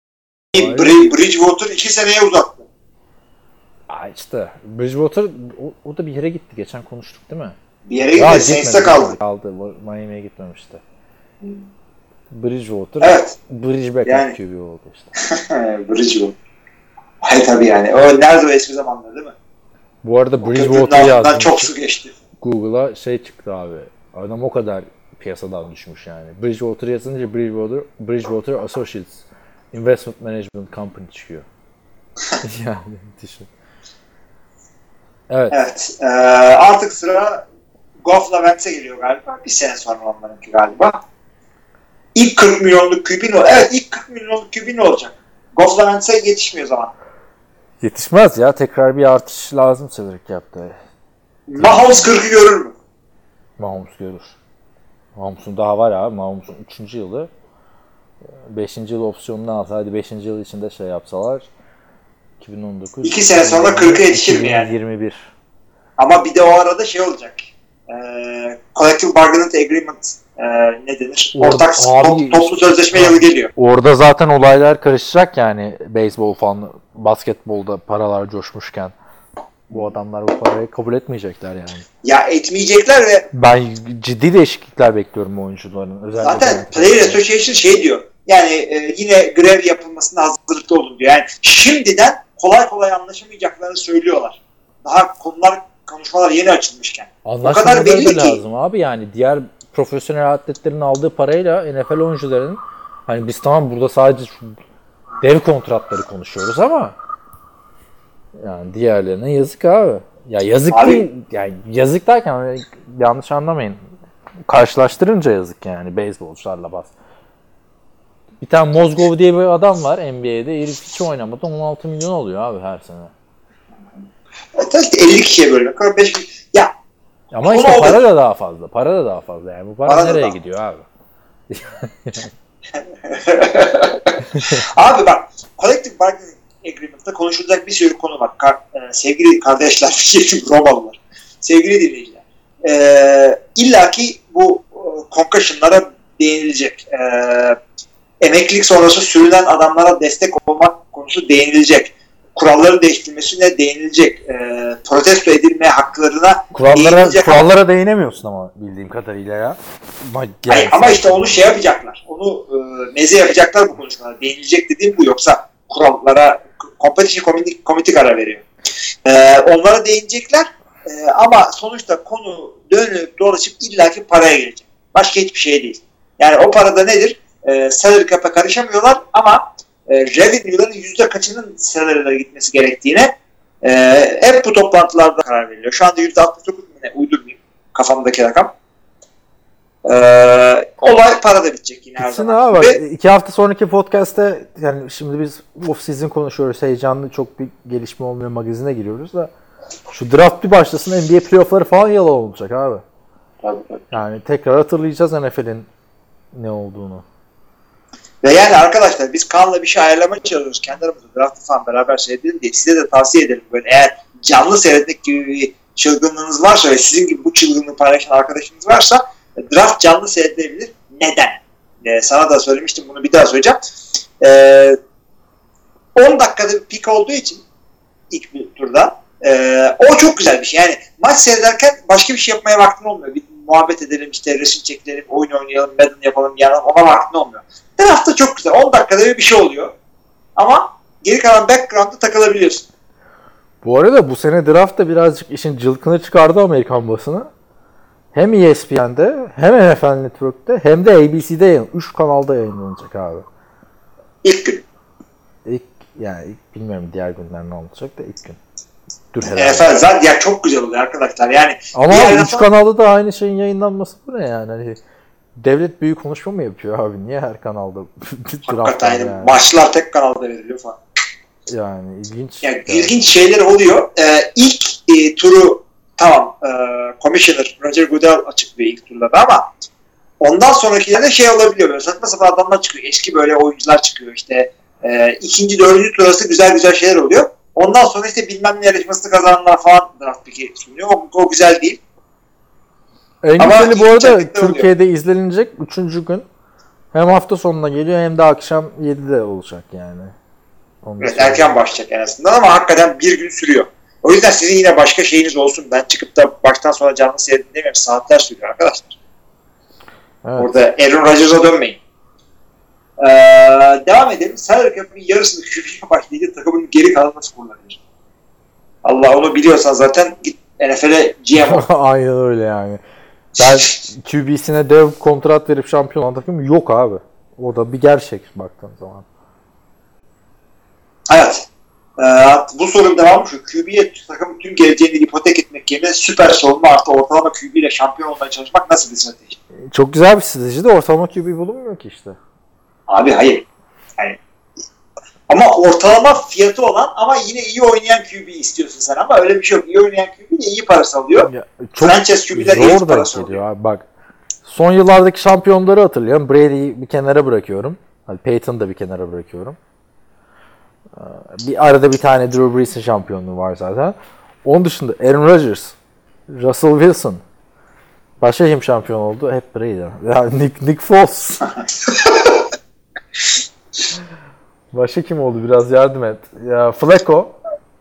Bridgewater iki seneye uzattı. Aa işte Bridgewater o, o da bir yere gitti. Geçen konuştuk değil mi? Bir yere gitmedi. Saints'te kaldı. Kaldı. Miami'ye gitmemişti. Bridgewater. Evet. Bridge backup yani, Q B oldu işte. Bridgewater. Hayır tabii yani. O nerede o eski zamanlar değil mi? Bu arada Bridgewater yazdım. Çok su geçti. Google'a şey çıktı abi. Adam o kadar piyasadan düşmüş yani. Bridgewater yazınca Bridgewater, Bridgewater Associates Investment Management Company çıkıyor. Yani düşün. Evet. Evet. Ee, artık sıra Goff'la Wentz'e geliyor galiba. Bir sene sonra onlarınki galiba. İlk kırk milyonluk Q B ne olacak? Evet, ilk kırk milyonluk Q B ne olacak? Goff'la Wentz'e yetişmiyor zaman. Yetişmez ya. Tekrar bir artış lazım Cedric yaptı. Mahomes kırkı görür mü? Mahomes görür. Mahomes'un daha var abi. Mahomes'un üçüncü yılı. beşinci yıl opsiyonunu alsa, hadi beşinci yıl içinde şey yapsalar. iki bin on dokuz iki sene sonra kırka yetişir mi yani? iki bin yirmi bir Ama bir de o arada şey olacak. Ee, Collective Bargaining Agreement e, ne denir? Ortak abi, toplu sözleşme yılı geliyor. Orada zaten olaylar karışacak yani, beyzbol falan, basketbolda paralar coşmuşken. Bu adamlar bu parayı kabul etmeyecekler yani. Ya etmeyecekler ve ben ciddi değişiklikler bekliyorum oyuncuların. Özellikle zaten Player Association şey diyor. Yani e, yine grev yapılmasına hazırlıklı olun diyor. Yani şimdiden kolay kolay anlaşamayacaklarını söylüyorlar. Daha konular, konuşmalar yeni açılmışken. O kadar belli ki. Lazım abi yani. Diğer profesyonel atletlerin aldığı parayla N F L oyuncuların, hani biz tamam burada sadece dev kontratları konuşuyoruz ama yani diğerlerine yazık abi. Ya yazık abi, değil. Yani yazık derken yanlış anlamayın. Karşılaştırınca yazık yani beyzbolcularla bas. Bir tane Mozgov diye bir adam var N B A'de. Herif hiç oynamadan on altı milyon oluyor abi her sene. Evet, elli kişiye bölmek. beş ya. Ama işte para da daha fazla. Para da daha fazla yani. Bu para, para nereye gidiyor abi? Abi bak, Collective Bargaining Agreement'ta konuşulacak bir sürü konu var. Kar, e, sevgili kardeşler, Romalılar, sevgili dinleyiciler. E, İlla ki bu e, concussion'lara değinilecek. E, emeklilik sonrası sürülen adamlara destek olmak konusu değinilecek. Kuralların değiştirilmesine değinilecek. E, protesto edilme haklarına kurallara, değinilecek. Kurallara ama değinemiyorsun ama bildiğim kadarıyla ya. Hayır, ama işte onu şey yapacaklar. Onu e, meze yapacaklar bu konuşmalar. Değinilecek dediğim bu, yoksa kurallara Competition Committee karar veriyor. E, onlara değinecekler e, ama sonuçta konu dönüp dolaşıp illaki paraya gelecek. Başka hiçbir şey değil. Yani o parada nedir? E, salary cap'a karışamıyorlar ama e, revenue'ların yüzde kaçının salary'lara gitmesi gerektiğine e, hep bu toplantılarda karar veriliyor. Şu anda yüzde altmış dokuz ne uydurmayayım kafamdaki rakam. Ee, olay para da bitecek yine her Bitsin zaman. Abi, Ve, iki hafta sonraki podcast'te, yani şimdi biz off season konuşuyoruz, heyecanlı, çok bir gelişme olmuyor, magazine giriyoruz da şu draft bir başlasın, N B A playoff'ları falan yalan olacak abi. tabii, tabii. Yani tekrar hatırlayacağız N F L'in ne olduğunu. Ve yani arkadaşlar biz Kaan'la bir şey ayarlamaya çalışıyoruz. Kendi aramızda draft'ı falan beraber seyredelim diye size de tavsiye ederim. Böyle eğer canlı seyretmek gibi bir çılgınlığınız varsa ve sizin gibi bu çılgınlığı paylaşan arkadaşınız varsa draft canlı seyredilebilir. Neden? Ee, sana da söylemiştim, bunu bir daha söyleyeceğim. Ee, on dakikada bir pik olduğu için ilk bir turda e, o çok güzel bir şey. Yani maç seyrederken başka bir şey yapmaya vaktin olmuyor. Bir muhabbet edelim, işte resim çekelim, oyun oynayalım, Madden yapalım, yani ona vaktin olmuyor. Draftta çok güzel. on dakikada bir şey oluyor. Ama geri kalan background'da takılabiliyorsun. Bu arada bu sene draft da birazcık işin cılkını çıkardı Amerikan basını. Hem E S P N'de, hem N F L Network'te, hem de A B C'de yayın. Üç kanalda yayınlanacak abi. İlk gün. İlk, yani ilk, bilmiyorum diğer günler ne olacak da ilk gün. Dur N F L zaten ya çok güzel oluyor arkadaşlar. Yani ama abi, üç kanalda da aynı şeyin yayınlanması bu ne yani? Hani devlet büyük konuşma mı yapıyor abi? Niye her kanalda hakikaten yani, yani maçlar tek kanalda veriliyor falan. Yani ilginç. Yani yani. ilginç şeyler oluyor. Ee, ilk e, turu tamam e, Commissioner Roger Goodell açıklıyor ilk turlarda ama ondan sonrakilerde şey olabiliyor, böyle saçma sapan adamlar çıkıyor. Eski böyle oyuncular çıkıyor işte. E, ikinci, dördüncü tur arası güzel güzel şeyler oluyor. Ondan sonra işte bilmem ne yarışmasını kazananlar falan draft pick'i sunuyor. O, o güzel değil. En güzeli bu arada Türkiye'de oluyor. İzlenilecek üçüncü gün. Hem hafta sonuna geliyor hem de akşam yedide olacak yani. Onu evet, erken başlayacak en azından ama hakikaten bir gün sürüyor. O yüzden sizin yine başka şeyiniz olsun. Ben çıkıp da baştan sona canlı seyredin demiyorum. Saatler sürüyor arkadaşlar. Evet. Orada Aaron Rodgers'a dönmeyin. Ee, devam edelim. Salary Cap'in yarısını Q B'ye başlayınca takımın geri kalanı nasıl kullanılır? Allah onu biliyorsan zaten git N F L'e G M ol. Aynen öyle yani. Ben Q B'sine dev kontrat verip şampiyon olan takım yok abi. O da bir gerçek baktığın zaman. Evet. Ee, bu sorunun devamı şu. Q B'ye takımın tüm geleceğini ipotek etmek yerine süper savunma artı ortalama Q B ile şampiyon olmaya çalışmak nasıl bir strateji? Çok güzel bir strateji de ortalama Q B bulunmuyor ki işte. Abi hayır. Yani, ama ortalama fiyatı olan ama yine iyi oynayan Q B istiyorsun sen ama öyle bir şey yok. İyi oynayan Q B de iyi parası alıyor. Ya, çok franchise Q B'ler iyi parası alıyor. Abi. Bak son yıllardaki şampiyonları hatırlıyorum. Brady'yi bir kenara bırakıyorum. Hadi Peyton'u da bir kenara bırakıyorum. Bir arada bir tane Drew Brees'in şampiyonluğu var zaten. Onun dışında Aaron Rodgers, Russell Wilson. Başka kim şampiyon oldu? Hep Brady. Yani Nick, Nick Foles. Başka kim oldu? Biraz yardım et. Ya Flacco.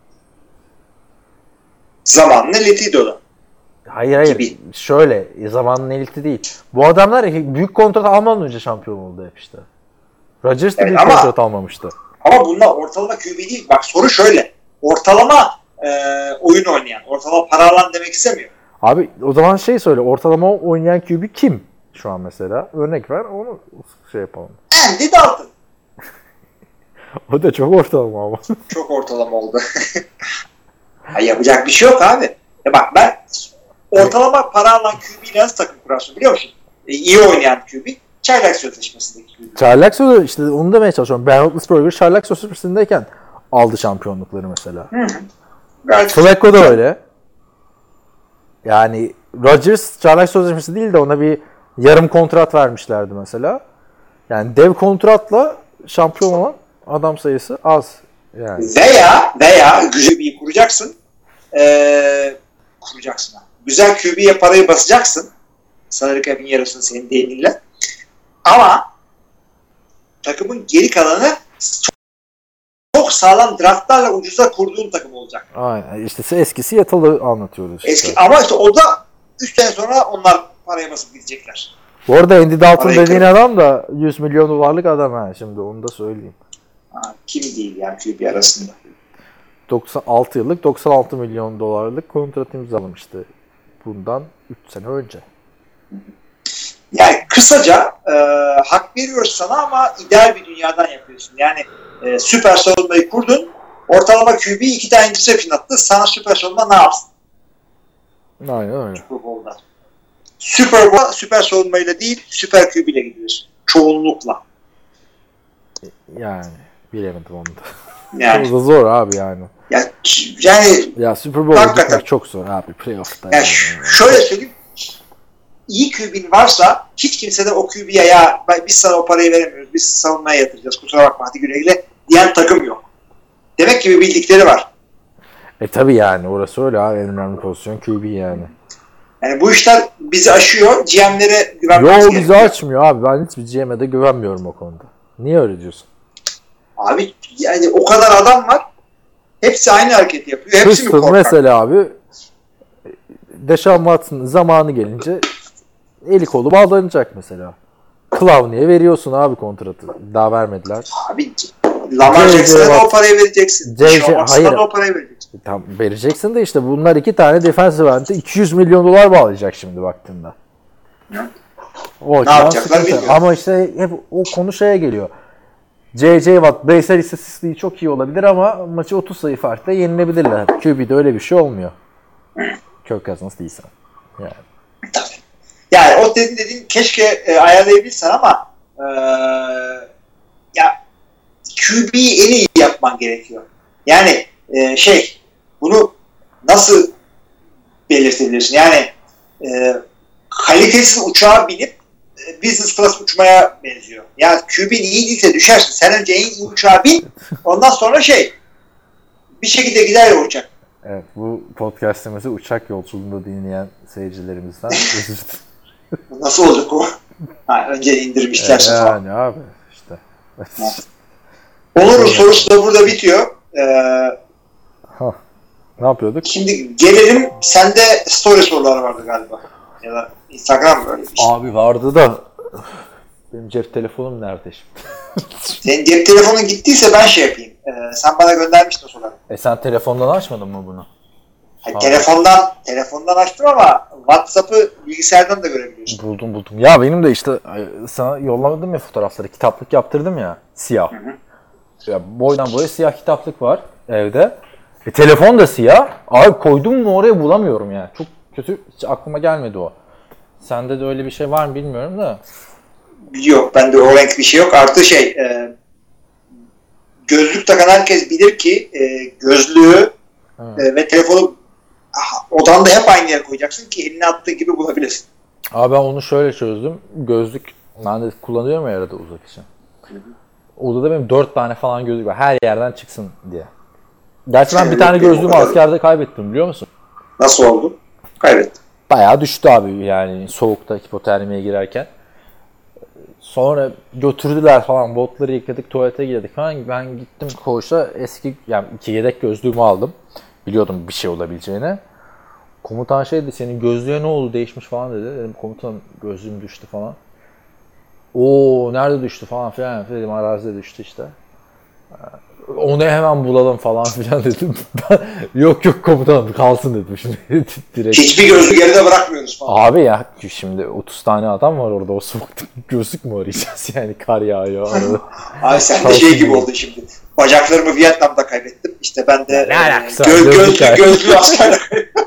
Zamanın elitiydi o da. Hayır hayır. Gibi. Şöyle. Zamanın eliti değil. Bu adamlar büyük kontrat almadan önce şampiyon oldu hep işte. Rodgers da evet, büyük ama, kontrat almamıştı. Ama bunlar ortalama Q B değil. Bak soru şöyle. Ortalama e, oyun oynayan. Ortalama para alan demek istemiyor. Abi o zaman şey söyle. Ortalama oynayan Q B kim? Şu an mesela. Örnek ver. Onu şey yapalım. Andy Dalton. O da çok ortalama ama. Çok ortalama oldu. Ha, yapacak bir şey yok abi. E bak ben ortalama para alan Q B ile nasıl takım kurarsın biliyor musun? E, iyi oynayan Q B. Çaylak sözleşmesindeki Q B. Çaylak sözleşmesi işte onu demeye çalışıyorum. Ben Roethlisberger Çaylak sözleşmesindeyken aldı şampiyonlukları mesela. Hı. Flacco da öyle. Yani Rodgers Çaylak sözleşmesi değil de ona bir yarım kontrat vermişlerdi mesela. Yani dev kontratla şampiyon olan adam sayısı az. Yani. Veya veya güzel bir kuracaksın. Ee, kuracaksın. Güzel Q B'ye parayı basacaksın. Salary cap'in yarısını senin deyiminle. Ama takımın geri kalanı çok sağlam draftlarla ucuza kurduğun takım olacak. Aynen. İşte eski Seattle'ı anlatıyoruz işte. Eski, ama işte o da üç sene sonra onlar paraya basıp gidecekler. Bu arada Andy Dalton dediğin adam da yüz milyon dolarlık adam ha şimdi onu da söyleyeyim. Ha, kim değil yani Q B arasında. doksan altı yıllık doksan altı milyon dolarlık kontrat imzalamıştı bundan üç sene önce. Yani kısaca e, hak veriyoruz sana ama ideal bir dünyadan yapıyorsun. Yani e, süper savunmayı kurdun, ortalama Q B iki tane interception attı, sana süper savunma ne yapsın? Aynen öyle. Super Bowl'da. Super Bowl süper savunmayla değil, süper Q B ile gidiyorsun. Çoğunlukla. Yani bilemedim onu da. Yani. O da zor abi yani. Ya, yani ya Super Bowl'a gitmek çok zor abi playoff'ta. Ya yani. Şöyle söyleyeyim. İyi Q B'in varsa hiç kimse de o Q B'ye ya biz sana o parayı veremiyoruz. Biz savunmaya yatıracağız. Kusura bakma hadi güle güle diyen takım yok. Demek ki bir bildikleri var. E tabi yani orası öyle abi. En önemli pozisyon Q B yani. Yani bu işler bizi aşıyor. G M'lere güvenmemiz gerekiyor. Yok bizi açmıyor abi. Ben hiçbir G M'de güvenmiyorum o konuda. Niye öyle diyorsun? Abi yani o kadar adam var. Hepsi aynı hareketi yapıyor. Hepsi mi korkak? Mesela abi Deshaun Watson'ın zamanı gelince eli kolu bağlanacak mesela. Clowney'e veriyorsun abi kontratı. Daha vermediler. Abi Lamar Jackson'a da o parayı vereceksin. C C hayır. Da o parayı vereceksin. Tam vereceksin de işte bunlar iki tane defensive end'e iki yüz milyon dolar bağlayacak şimdi baktığında. O ne yapacaklar bilmiyorum. Ama işte hep o konu şeye geliyor. C C Watt bireysel istatistiği çok iyi olabilir ama maçı otuz sayı farkla yenilebilirler. Q B'de öyle bir şey olmuyor. Kirk Cousins değilsen. Yani. Tabii. Yani o dediğin, dediğin keşke e, ayarlayabilsen ama e, ya Q B'yi en iyi yapman gerekiyor. Yani e, şey bunu nasıl belirtebilirsin? Yani e, kalitesiz uçağa binip e, business class uçmaya benziyor. Yani Q B'nin iyi değilse düşersin. Sen önce en iyi uçağa bin ondan sonra şey bir şekilde gider o uçak. Evet bu podcast'imizi uçak yolculuğunda dinleyen seyircilerimizden özür dilerim. Nasıl olacak o? Ha, önce indirmişler. Ee, yani abi işte. Onur'un sorusu da burada bitiyor. Ee, Ne yapıyorduk? Şimdi gelelim, sende story soruları vardı galiba. Ya da Instagram böyle bir şey. Abi vardı da benim cep telefonum nerede şimdi? Senin cep telefonun gittiyse ben şey yapayım. Ee, sen bana göndermiştin o soruları. E sen telefondan açmadın mı bunu? Hayır, telefondan telefondan açtım ama WhatsApp'ı bilgisayardan da görebiliyorsun. Buldum buldum. Ya benim de işte sana yollamadım ya fotoğrafları. Kitaplık yaptırdım ya. Siyah. Hı hı. Ya boydan boya siyah kitaplık var evde. E, telefon da siyah. Abi koydum mu oraya bulamıyorum yani. Çok kötü. Hiç aklıma gelmedi o. Sende de öyle bir şey var mı bilmiyorum da. Yok, bende o renk bir şey yok. Artı şey e, gözlük takan herkes bilir ki e, gözlüğü e, ve telefonu odanda hep aynı yere koyacaksın ki eline attığı gibi bulabilirsin. Abi ben onu şöyle çözdüm. Gözlük ben de kullanıyorum ya arada uzak için. Hı hı. Odada benim dört tane falan gözlük var. Her yerden çıksın diye. Gerçi ben bir tane gözlüğümü askerde kaybettim biliyor musun? Nasıl oldu? Kaybettim. Bayağı düştü abi yani soğukta hipotermiye girerken. Sonra götürdüler falan, botları yıkadık, tuvalete girdik falan. Ben gittim koğuşa eski yani iki yedek gözlüğümü aldım. Biliyordum bir şey olabileceğini. Komutan şey dedi, senin gözlüğe ne oldu, değişmiş falan dedi. Dedim komutan gözlüğüm düştü falan. Oo nerede düştü falan filan dedim, arazide düştü işte. Onu hemen bulalım falan filan dedim. yok yok komutanım kalsın dedim şimdi. Direkt. Hiçbir gözlük geride bırakmıyoruz falan. Abi ya şimdi otuz tane adam var orada, o soğukta gözlük mü arayacağız yani, kar yağıyor arada. Abi sen de şey gibi oldu şimdi. Bacaklarımı Vietnam'da kaybettim. İşte ben de ne alakası gö- gözlüğü, gözlüğü askerde kaybettim.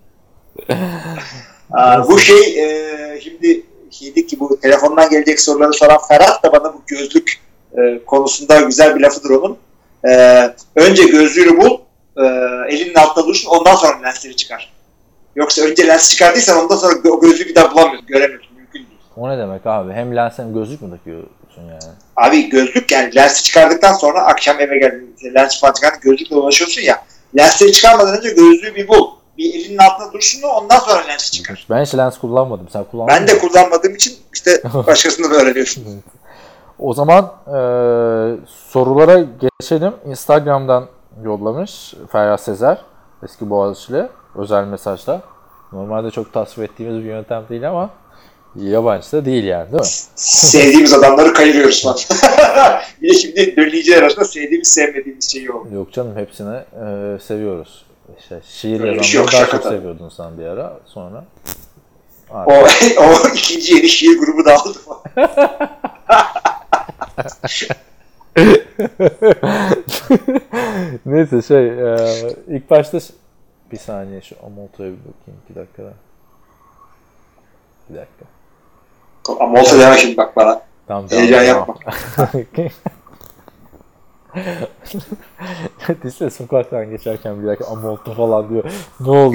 Aa, bu şey e, şimdi şeydi ki bu telefondan gelecek soruları soran Ferhat da bana bu gözlük e, konusunda güzel bir lafıdır onun. E, önce gözlüğünü bul, e, elinin altında dursun, ondan sonra lensleri çıkar. Yoksa önce lens çıkardıysan ondan sonra o gözlüğü bir daha bulamıyorsun, göremiyorsun, mümkün değil. O ne demek abi? Hem lens hem gözlük mü takıyorsun yani? Abi gözlük yani lensi çıkardıktan sonra akşam eve geldiğinde lens falan çıkardın, gözlükle dolaşıyorsun ya, lensleri çıkarmadan önce gözlüğü bir bul. Bir elinin altında dursun, ondan sonra lensi çıkar. Ben hiç lens kullanmadım. Sen kullandın Ben mı? de kullanmadığım için işte başkasından öğreniyorsun. O zaman e, sorulara geçelim. Instagram'dan yollamış Ferhat Sezer, eski Boğaziçi'li, özel mesajla. Normalde çok tasvip ettiğimiz bir yöntem değil ama yabancı da değil yani, değil mi? Sevdiğimiz adamları kayırıyoruz falan. Bir de şimdi dinleyiciler arasında sevdiğimiz sevmediğimiz şeyi oldu. Yok canım, hepsini e, seviyoruz. İşte şiir Öyle yazanları şey yok, daha şaka çok tabii. seviyordun sen bir ara. Sonra o, o ikinci yeni şiir grubu dağıldı falan. Neyse şey e, ilk başta bir saniye şu Amolto'ya bir bakayım, iki dakika. Bir dakika. Ama olsa deme şimdi bak bana. Tamam, heyecan yapma. Düşünsene sokaktan geçerken bir dakika Amolto falan diyor. Ne oldu?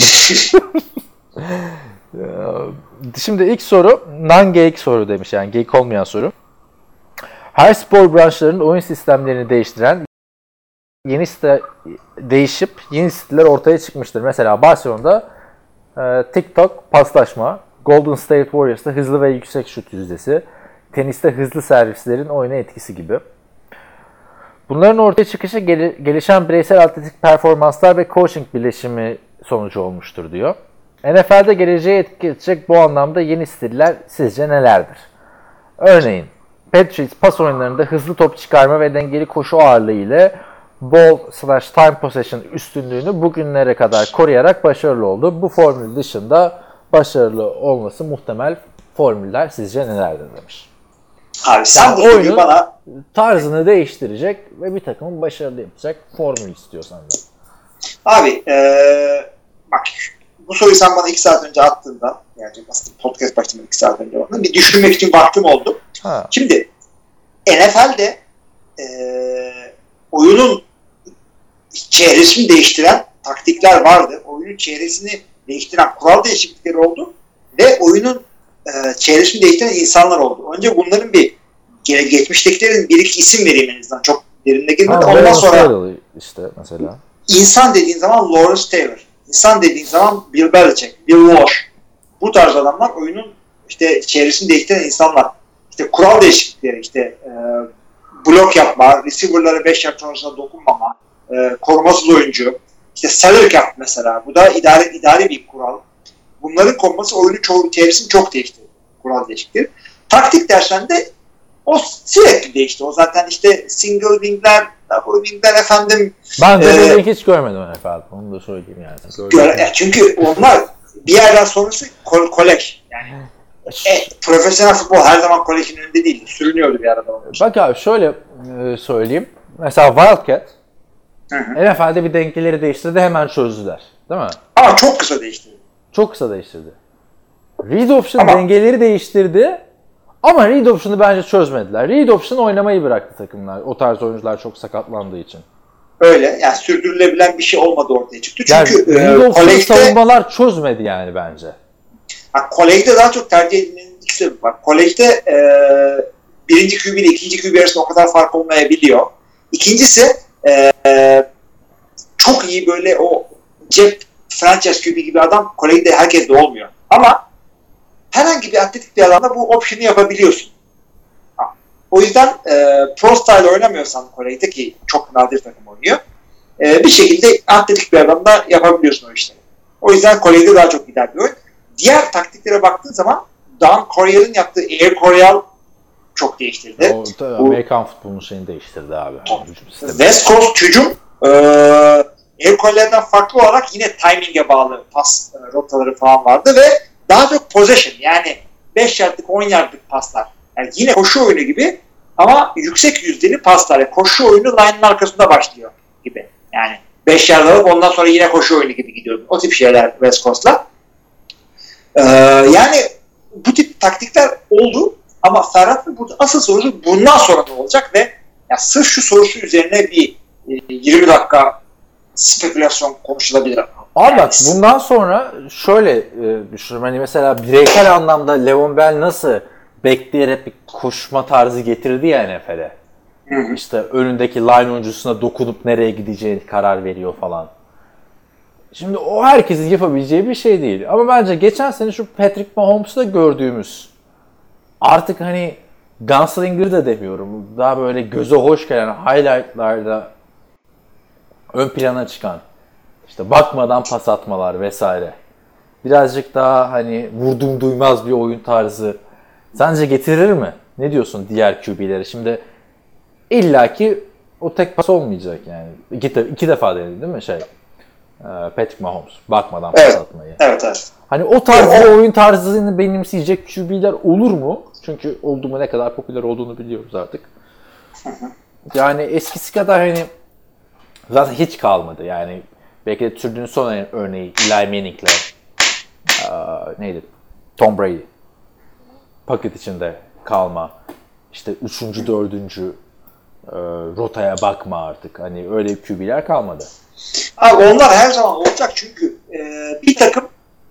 Şimdi ilk soru non-geek soru demiş, yani geek olmayan soru. Her spor branşlarının oyun sistemlerini değiştiren yeni site değişip yeni siteler ortaya çıkmıştır. Mesela Barcelona'da e, TikTok paslaşma, Golden State Warriors'ta hızlı ve yüksek şut yüzdesi, teniste hızlı servislerin oyuna etkisi gibi. Bunların ortaya çıkışı gel- gelişen bireysel atletik performanslar ve coaching birleşimi sonucu olmuştur diyor. N F L'de geleceğe etki edecek bu anlamda yeni stiller sizce nelerdir? Örneğin Patriots pas oyunlarında hızlı top çıkarma ve dengeli koşu ağırlığı ile ball slash time possession üstünlüğünü bugünlere kadar koruyarak başarılı oldu. Bu formül dışında başarılı olması muhtemel formüller sizce nelerdir demiş. Abi sen yani bu soruyu bana tarzını değiştirecek ve bir takımın başarılı yapacak formül istiyor senden. Abi ee, bak bu soruyu sen bana iki saat önce attığında, yani aslında podcast başlamadı iki saat önce oldu, bir düşünmek için vaktim oldu. Ha. Şimdi N F L'de ee, oyunun çevresini değiştiren taktikler vardı. Oyunun çevresini değiştiren kural değişiklikleri oldu ve oyunun e, çevresini değiştiren insanlar oldu. Önce bunların bir geçmiştekilerin bir iki isim vereyim en azından, çok derine girmeden. Ondan sonra işte mesela insan dediğin zaman Lawrence Taylor, insan dediğin zaman Bill Belichick, Bill Walsh, bu tarz adamlar oyunun işte çevresini değiştiren insanlar. İşte kural değişiklikleri, işte e, blok yapma, receiver'lara beş yard sonrasında dokunmama, e, korumasız oyuncu, İşte salary cap mesela. Bu da idare, idari bir kural. Bunların konması oyunun çoğu, çevresini çok değiştirdi. Kural değişikliği. Taktik dersen de o sürekli değişti. O zaten işte single wing'ler, double wing'ler efendim. Ben double e, wing hiç görmedim efendim. Onu da söyleyeyim yani. Göre, yani çünkü onlar bir yerden sonrası kol, kolej. Yani e, profesyonel futbol her zaman kolejin önünde değildi. Sürünüyordu bir arada. Bak abi şöyle e, söyleyeyim. Mesela Wildcat N F L'de bir dengeleri değiştirdi, hemen çözdüler. Değil mi? Ama çok kısa değiştirdi. Çok kısa değiştirdi. Read option ama, dengeleri değiştirdi ama read option'ı bence çözmediler. Read option oynamayı bıraktı takımlar. O tarz oyuncular çok sakatlandığı için. Öyle. Yani sürdürülebilen bir şey olmadı ortaya çıktı. Çünkü yani, read e, option kolejde, savunmalar çözmedi yani bence. Ha, kolejde daha çok tercih edilenin iki sebebi var. Kolejde e, birinci Q B ile ikinci Q B arasında o kadar fark olmayabiliyor. İkincisi e, çok iyi böyle o cep franchise Q B gibi adam kolejde herkes de olmuyor. Ama herhangi bir atletik bir alanda bu option'ı yapabiliyorsun. Ha. O yüzden e, pro style oynamıyorsan kolejde, ki çok nadir takım oynuyor, e, bir şekilde atletik bir alanda yapabiliyorsun o işleri. O yüzden kolejde daha çok gider bir oyun. Diğer taktiklere baktığın zaman Dan Coryell'in yaptığı Air Coryell çok değiştirdi. O tabii Amerikan futbolunun şeyini değiştirdi abi. West Coast hücum e, Air Coryell'den farklı olarak yine timing'e bağlı pas e, rotaları falan vardı ve daha çok possession, yani beş yardlık on yardlık paslar. Yani yine koşu oyunu gibi ama yüksek yüzdeli paslar. Yani koşu oyunu line'ın arkasında başlıyor gibi. Yani beş yard alıp ondan sonra yine koşu oyunu gibi gidiyor. O tip şeyler West Coast'la. Ee, yani bu tip taktikler oldu ama Ferhat'ın burada asıl sorusu bundan sonra ne olacak ve ya sırf şu sorusu üzerine bir e, yirmi dakika spekülasyon konuşulabilir. Abi bak bundan sonra şöyle e, düşünüyorum, hani mesela bireysel anlamda Le'Veon Bell nasıl bekleyerek bir koşma tarzı getirdi ya N F L'e. İşte önündeki line oyuncusuna dokunup nereye gideceğini karar veriyor falan. Şimdi o herkesin yapabileceği bir şey değil. Ama bence geçen sene şu Patrick Mahomes'ta gördüğümüz, artık hani Gunslinger da demiyorum, daha böyle göze hoş gelen highlightlarda ön plana çıkan, işte bakmadan pas atmalar vesaire. Birazcık daha hani vurdum duymaz bir oyun tarzı sence getirir mi? Ne diyorsun diğer Q B'lere? Şimdi illaki o tek pas olmayacak yani. İki, iki defa denedi değil mi şey? Patrick Mahomes bakmadan pas evet, atmayı. Evet, evet. Hani o tarz bir oyun tarzını benimseyecek Q B'ler olur mu? Çünkü oldu mu ne kadar popüler olduğunu biliyoruz artık. Yani eskisi kadar hani zaten hiç kalmadı yani. Belki de türünün son örneği Eli Manning'le neydi? Tom Brady. Paket içinde kalma. İşte üçüncü, dördüncü e, rotaya bakma artık. Hani öyle Q B'ler kalmadı. Abi onlar her zaman olacak çünkü e, bir takım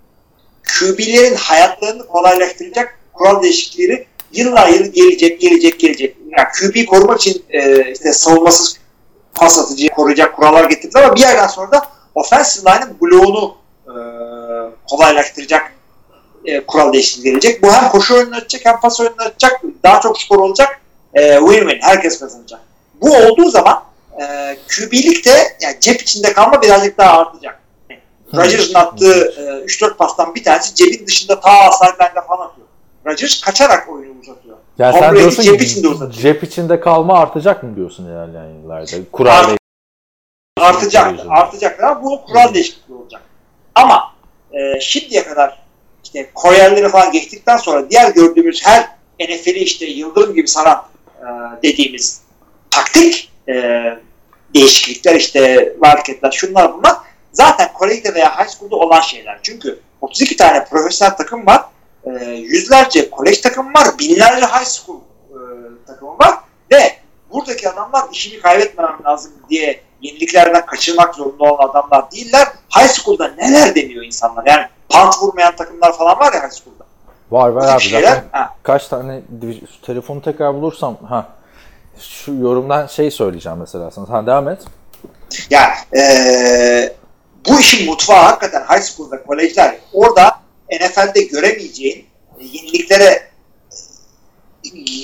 Q B'lerin hayatlarını kolaylaştıracak kural değişiklikleri yıllar yılı gelecek, gelecek, gelecek. Yani Q B'yi korumak için e, işte savunmasız pas atıcıyı koruyacak kurallar getirdiler ama bir yerden sonra da offensive line'ın bloğunu e, kolaylaştıracak e, kural değişikliği gelecek. Bu hem koşu oyununu açacak hem pas oyununu açacak. Daha çok skor olacak. E, win-win. Herkes kazanacak. Bu olduğu zaman e, Q B'lik de yani cep içinde kalma birazcık daha artacak. Rodgers'ın attığı e, üç dört pastan bir tanesi cebin dışında ta sideline falan atıyor. Rodgers kaçarak oyunu uzatıyor. Yani Tom sen Brady diyorsun cep ki içinde uzatıyor. Cep içinde kalma artacak mı diyorsun ilerleyen yıllarda? Kural Art, artacak. Artacak. Ama bu kural değişikliği olacak. Ama e, şimdiye kadar işte Coryell'leri falan geçtikten sonra diğer gördüğümüz her N F L'i işte yıldırım gibi saran e, dediğimiz taktik e, değişiklikler, işte marketler, şunlar bunlar zaten kolejde veya high school'da olan şeyler. Çünkü otuz iki tane profesyonel takım var, e, yüzlerce kolej takım var, binlerce high school e, takımı var ve buradaki adamlar işini kaybetmemem lazım diye yeniliklerden kaçırmak zorunda olan adamlar değiller. High school'da neler deniyor insanlar? Yani punt vurmayan takımlar falan var ya high school'da. Var var abi şeyler, zaten ha. Kaç tane telefonu tekrar bulursam ha şu yorumdan şey söyleyeceğim mesela sana. Sen devam et. Ya ee, bu işin mutfağı hakikaten high school ve kolejler. Orada N F L'de göremeyeceğin yeniliklere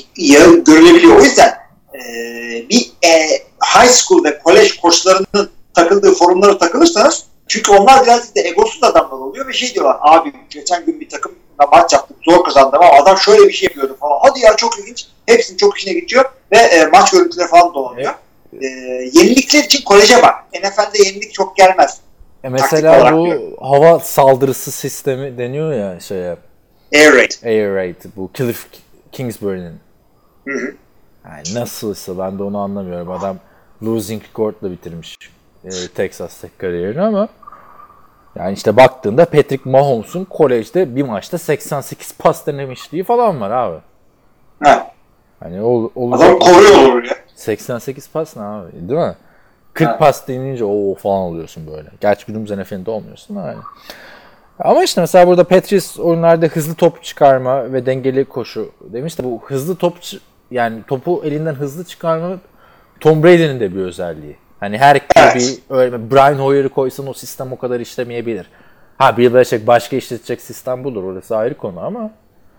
görülebiliyor. O yüzden e, bir e, high school ve kolej koçlarının takıldığı forumlara takılırsanız, çünkü onlar birazcık da egosuz adamlar oluyor ve şey diyorlar, abi geçen gün bir takımla maç yaptık, zor kazandım ama adam şöyle bir şey yapıyordu falan. Hadi ya, çok ilginç. Hepsinin çok işine geçiyor ve e, maç görüntüleri falan dolanıyor. E, yenilikler için koleje bak. N F L'de yenilik çok gelmez. E mesela bu diyor. Hava saldırısı sistemi deniyor ya şeye. Air Raid. Air Raid. Bu Cliff Kingsbury'nin. Hı hı. Yani nasılsa ben de onu anlamıyorum. Adam losing record'la bitirmiş e, Texas'taki kariyerini ama yani işte baktığında Patrick Mahomes'un kolejde bir maçta seksen sekiz pas denemişliği falan var abi. Ha. Hani ol, adam koruyor olur ya. seksen sekiz pas ne abi, değil mi? kırk ha. Pas denince o falan oluyorsun böyle. Gerçi günümüz N F L'de olmuyorsun da yani. Ama işte mesela burada Patriots oyunlarda hızlı top çıkarma ve dengeli koşu demiş de bu hızlı top yani topu elinden hızlı çıkarma Tom Brady'nin de bir özelliği. Hani her evet. bir öyle Brian Hoyer'ı koysan o sistem o kadar işlemeyebilir. Ha Bill Belichick başka işletecek sistem budur. Orası ayrı konu ama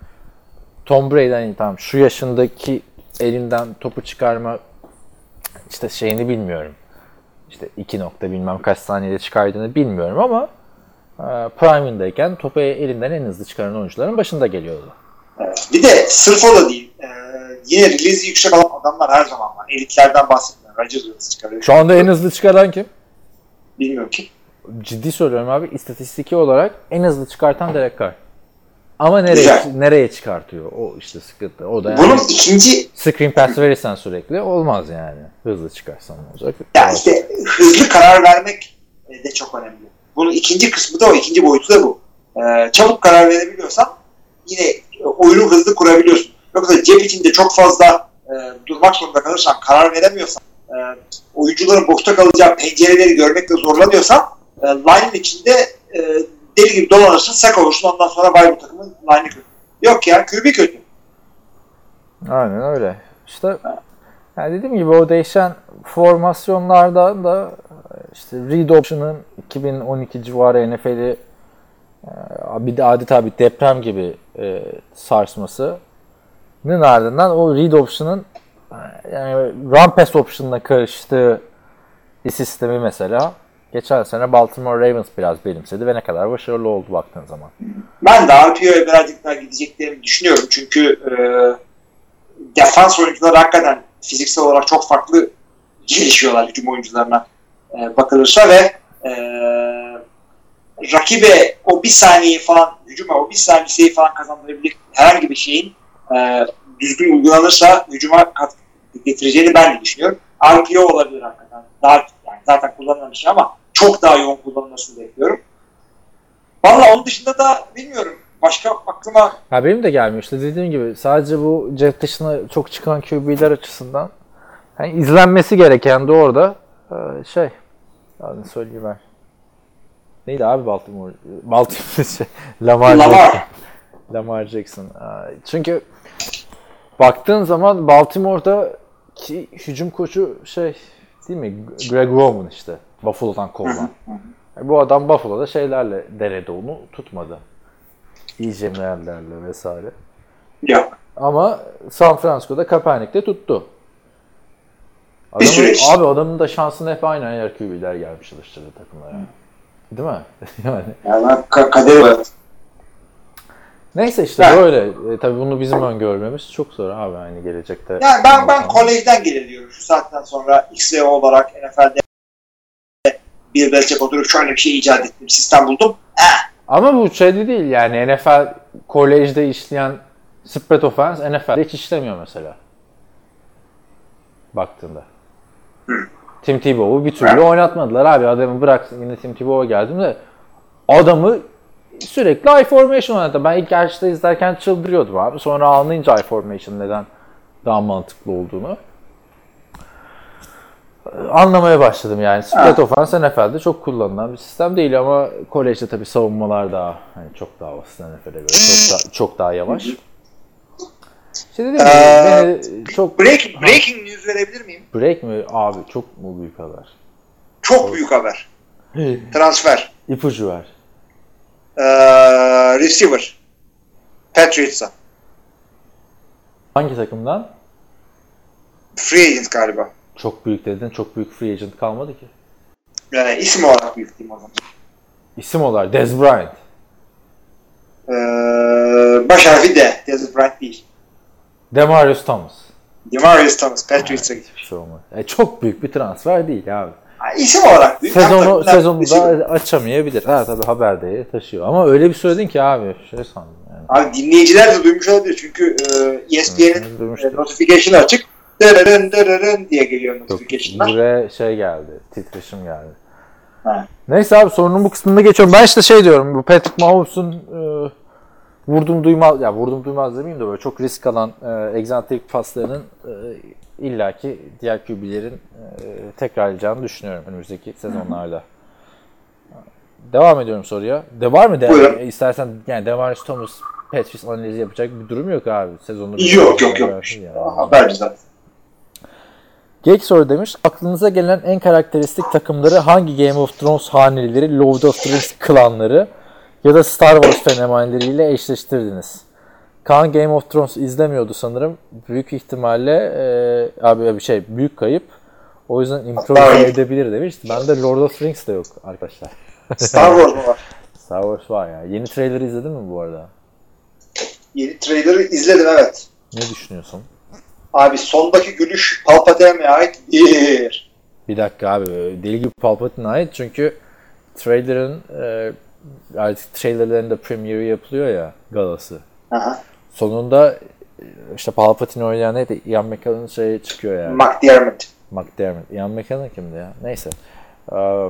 Tom Brady hani tamam şu yaşındaki elinden topu çıkarma işte şeyini bilmiyorum. İşte iki nokta bilmem kaç saniyede çıkardığını bilmiyorum ama e, prime'ındayken topu elinden en hızlı çıkaran oyuncuların başında geliyordu. Evet. Bir de sırf o da değil. Ee, yine release'i yüksek alan adamlar her zaman var. Elitlerden bahsetmiyorum. Rodgers hızlı çıkarıyor. Şu anda en hızlı çıkaran kim? Bilmiyorum ki. Ciddi söylüyorum abi. İstatistiki olarak en hızlı çıkartan Derek Carr. Ama nereye nereye çıkartıyor? O işte sıkıntı. O da yani bunun ikinci screen pass verirsen sürekli olmaz yani. Hızlı çıkarsan olacak. Ya işte hızlı karar vermek de çok önemli. Bunun ikinci kısmı da o. İkinci boyutu da bu. Ee, çabuk karar verebiliyorsan yine oyunu hızlı kurabiliyorsun. Yoksa cep içinde çok fazla e, durmak zorunda kalırsan, karar veremiyorsan, e, oyuncuların boşta kalacağı pencereleri görmekle zorlanıyorsan e, line'ın içinde e, deli gibi dolanırsın, sak olursun, ondan sonra vay bu takımın line'ı kötü. Yok ya, Q B kötü. Aynen öyle. İşte yani dediğim gibi o değişen formasyonlarda da işte read option'ın iki bin on iki civarı N F L'i bir de adeta bir deprem gibi e, sarsmasının ardından o read option'ın yani run pass option'la karıştığı bir sistemi mesela geçen sene Baltimore Ravens biraz benimsedi ve ne kadar başarılı oldu baktığın zaman. Ben de R P O'ya birazcık daha gideceklerini düşünüyorum çünkü e, defans oyuncuları hakikaten fiziksel olarak çok farklı gelişiyorlar hücum oyuncularına e, bakılırsa ve e, rakibe o bir saniyeyi falan, hücuma o bir saniyeyi falan kazandırabilecek herhangi bir şeyin e, düzgün uygulanırsa hücuma katkı getireceğini ben de düşünüyorum. R P O olabilir hakikaten. Daha, yani zaten kullanılan bir şey ama çok daha yoğun kullanılmasını bekliyorum. Valla onun dışında da bilmiyorum. Başka aklıma... Ha benim de gelmiyor işte dediğim gibi. Sadece bu jet dışına çok çıkan Q B'ler açısından yani izlenmesi gereken de orada şey adını söyleyeyim ben. Neydi abi Baltimore? Baltimore şey. Lamar, Lamar Jackson. Lamar Jackson. Çünkü baktığın zaman Baltimore'da ki hücum koçu şey değil mi? Greg Roman işte. Buffalo'dan kovulan. Yani bu adam Buffalo'da şeylerle denedi onu tutmadı. İyice meallerle vesaire. Yok. Ama San Francisco'da Kaepernick'te tuttu. Adamın, abi adamın da şansına hep aynı yer Q B'ler gelmiş çalıştırdı takımlara. Değil mi? yani. Yani kaderi var. Neyse işte yani. Böyle. E, tabii bunu bizim öngörmemiz çok zor abi hani gelecekte. Yani ben ben kolejden gelir diyorum. Şu saatten sonra X R O olarak N F L'de bir Belichick oturup şöyle bir şey icat ettim, sistem buldum. Eh. Ama bu şey değil yani N F L kolejde işleyen spread offense N F L'de hiç işlemiyor mesela. Baktığında. Hı. Tim Tebow'u bir türlü evet. oynatmadılar abi. Adamı bıraksın yine Tim Tebow'a geldim de adamı sürekli I formation oynadı. Ben ilk yaşta izlerken çıldırıyordum abi. Sonra anlayınca I formation neden daha mantıklı olduğunu anlamaya başladım yani. Spread offense N F L'de çok kullanılan bir sistem değil ama kolejde tabii savunmalar daha hani çok daha basit N F L'e göre çok daha, çok daha yavaş. İşte dedim ee, beni çok break, breaking news verebilir miyim? Break mi abi çok mu büyük haber? Çok, çok. büyük haber. Transfer. İpucu ver. Ee, receiver. Patriots'a. Hangi takımdan? Free agent galiba. Çok büyük dedin. Çok büyük free agent kalmadı ki. Yani isim olarak büyük diyeyim o zaman. İsim olarak Dez Bryant. Ee, baş harfi D. Dez Bryant değil. Demarius Thomas. Demarius Thomas. Patriots'a gitmiş. Şey e, çok büyük bir transfer değil abi. Yani isim olarak büyük. Sezonu, sezonu da açamayabilir. Ha tabii haber değeri taşıyor. Ama öyle bir söyledin ki abi. Şey sandım yani. Abi dinleyiciler de duymuş olabilir. Çünkü e, E S P N'in e, notification açık. Dırırın dırırın diye geliyor notification'lar. Buraya şey geldi. Titreşim geldi. Ha. Neyse abi sorunun bu kısmında geçiyorum. Ben işte şey diyorum. Bu Patrick Mahomes'un e, vurdum duymaz ya vurdum duymaz demeyeyim de böyle çok risk alan e, egzantrik paslarının e, illaki diğer Q B'lerin e, tekrarlayacağını düşünüyorum önümüzdeki sezonlarda. Devam ediyorum soruya. De var mı? De, e, istersen yani Demarius Thomas Patriots analizi yapacak bir durum yok abi. Sezonu yok yok yok. Yani. Haberci zaten. Geek soru demiş. Aklınıza gelen en karakteristik takımları hangi Game of Thrones haneleri, Lord of the Rings klanları ya da Star Wars fenomenleriyle eşleştirdiniz? Kaan Game of Thrones izlemiyordu sanırım. Büyük ihtimalle e, abi bir şey büyük kayıp. O yüzden improvize edebilir demiş. Bende Lord of the Rings de yok arkadaşlar. Star Wars mu var? Star Wars var ya. Yeni trailer'ı izledin mi bu arada? Yeni trailer'ı izledim evet. Ne düşünüyorsun? Abi sondaki gülüş Palpatine'e ait bir. Bir dakika abi. Deli gibi Palpatine'e ait çünkü trailer'ın e, artık trailer'larında premiere'i yapılıyor ya galası. Aha. Sonunda işte Palpatine oynayan neydi? Ian McKellen'ın şey çıkıyor yani. McDiarmid. McDiarmid. Ian McKellen kimdi ya? Neyse. Ee,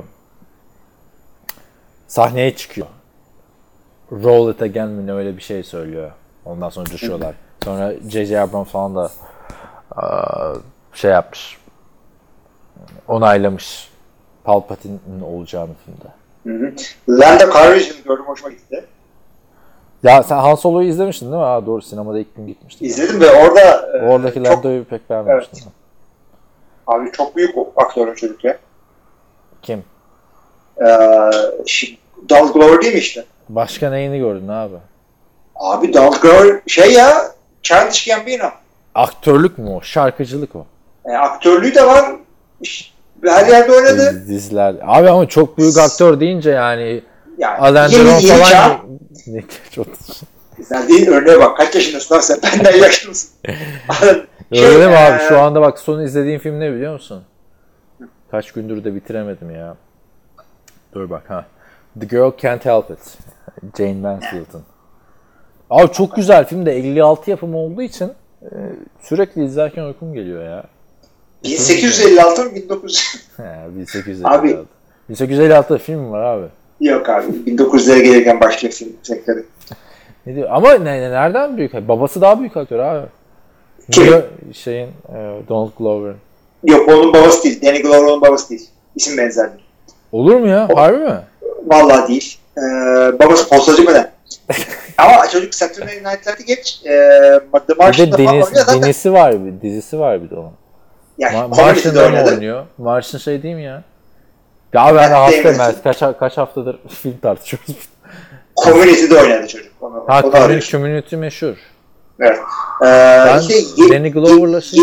sahneye çıkıyor. Roll it again mi ne öyle bir şey söylüyor. Ondan sonra düşüyorlar. Sonra J J Abrams falan da şey yapmış. Onaylamış. Palpatine'in olacağını filmde. Hı hı. Lando Calrissian'ı gördüm, hoşuma gitti. Ya sen Han Solo'yu izlemiştin değil mi? Ha, doğru, sinemada ilk gün gitmiştin. İzledim ve orada oradaki e, Lando'yu çok... pek beğenmemiştim. Evet. Abi çok büyük aktör o çocuk ya. Kim? Ee, Donald Glover değil mi işte? Başka neyini gördün abi? Abi Donald Glover şey ya, Childish Gambino. Aktörlük mü o? Şarkıcılık o. E, aktörlüğü de var. Her yerde oynadı. Diziler. Abi ama çok büyük aktör deyince yani yani Alain Delon falan. Ne çok. Sen değil, örneğe bak. Kaç yaşındasın lan sen? Benden yaşlısın. şey, Öyle mi abi? Şu anda bak son izlediğim film ne biliyor musun? Kaç gündür de bitiremedim ya. Dur bak ha. The Girl Can't Help It. Jane Mansfield'ın. Abi çok güzel film de elli altı yapımı olduğu için e, sürekli izlerken uykum geliyor ya. bin sekiz yüz elli altı mı bin dokuz yüz? bin sekiz yüz elli altı. Abi, bin sekiz yüz elli altı film mi var abi? Yok abi. bin dokuz yüzlere gelirken başlıyor film sektörü. Ne diyor? Ama ne, nereden büyük? Babası daha büyük aktör abi. Kim? Şeyin e, Donald Glover'ın. Yok, onun babası değil. Danny Glover'ın babası değil. İsim benzerdir. Olur mu ya? O, harbi mi? Vallahi değil. Ee, babası postacı mı ne? Ama çocuk Saturday Night Light'ı geç. E, The Martian'da falan oynuyor zaten. Denisi var bir, dizisi var bir de onun. Yani Ma- Martian'da mı oynuyor? Martian şey değil mi ya? Ya ben hastayım. Kaç, kaç haftadır film tartışıyoruz. Community'de oynadı çocuk. Onu, ha, community, community meşhur. Evet. Ee, ben işte, Danny Glover'la şey...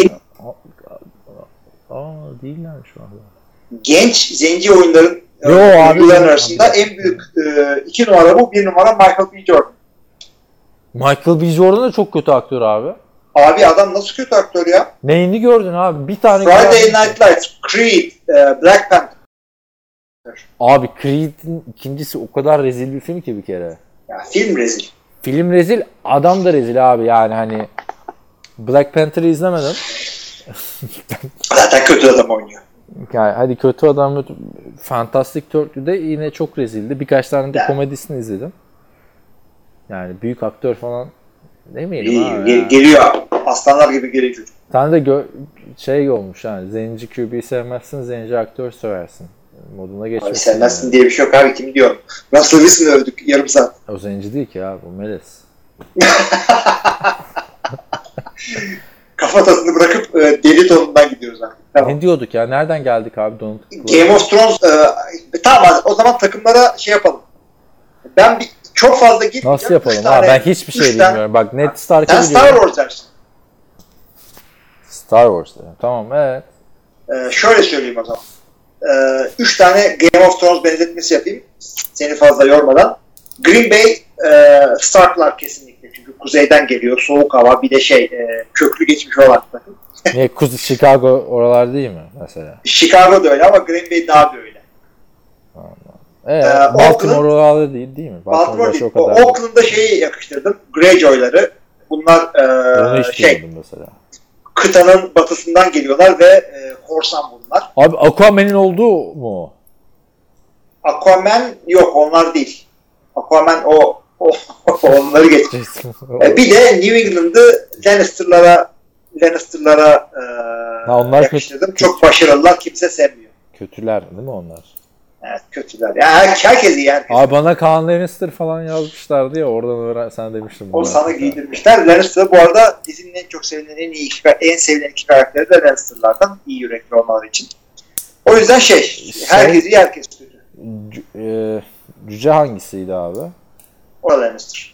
Aa, değiller şu anda. Genç, zenci oyunların Yo, oyuncuların arasında abi. En büyük e, iki numara bu. Bir numara Michael B. Jordan. Michael B. Jordan da çok kötü aktör abi. Abi adam nasıl kötü aktör ya? Neyini gördün abi? Bir tane Friday Night Lights, Creed, e, Black Panther. Abi Creed'in ikincisi o kadar rezil bir film ki bir kere. Ya film rezil. Film rezil, adam da rezil abi yani hani Black Panther'ı izlemedim. Zaten kötü adam oynuyor. Yani hadi kötü adam, Fantastic Dörtlü'de yine çok rezildi. Birkaç tane de yani. Komedisini izledim. Yani büyük aktör falan demeyelim İyi, abi. Gel- geliyor. Aslanlar gibi geliyor çocuk. Sen de gö- şey olmuş yani, zenci Q B'yi sevmezsin, zenci aktör seversin. Moduna geçmişsin. Abi sevmezsin yani. Diye bir şey yok abi, kim diyor? Russell Wilson'ı övdük yarım saat. O zenci değil ki abi, o Meles. Kafatasını bırakıp e, deli tonundan gidiyoruz abi. Tamam. Ne diyorduk ya? Nereden geldik abi? Donald Game of Thrones e, tamam, o zaman takımlara şey yapalım. Ben bir çok fazla gitmeyeceğim. Nasıl yapalım? Ha, ben hiçbir şey tane, bilmiyorum. Bak Ned Stark'ı biliyorum. Sen Star Wars dersin. Star Wars dedim. Tamam, evet. Ee, şöyle söyleyeyim o zaman. e, üç tane Game of Thrones benzetmesi yapayım. Seni fazla yormadan. Green Bay e, Starklar kesinlikle. Çünkü kuzeyden geliyor. Soğuk hava. Bir de şey e, köklü geçmiş olan takım. Niye? Kuzey Chicago oralar değil mi mesela? Chicago da öyle ama Green Bay daha da öyle. Ee, ee, Baltimore oralar değil değil mi? Baltimore, Baltimore değil. O kadar o, Oakland'da şeyi yakıştırdım. Greyjoy'ları. Bunlar e, şey mesela. Kıtanın batısından geliyorlar ve e, korsan bunlar. Abi Aquaman'in olduğu mu? Aquaman yok, onlar değil. Aquaman o, o onları geçti. e, bir de New England'ı Lannister'lara Lannister'lara e, onlar yakıştırdım. Kötü, Çok başarılılar. Kimse sevmiyor. Kötüler değil mi onlar? Evet, kötüler. Yani herkes iyi. Herkes. Abi bana Kaan Lannister falan yazmışlardı ya, oradan öğren, sen demiştin. O sana giydirmişler. Lannister bu arada dizinin en çok sevilen, en iyi iki, en sevilen iki karakteri de Lannister'lardan, iyi yürekli olmaları için. O yüzden şey, şey herkes iyi, herkes kötü. C- e, cüce hangisiydi abi? O da Lannister.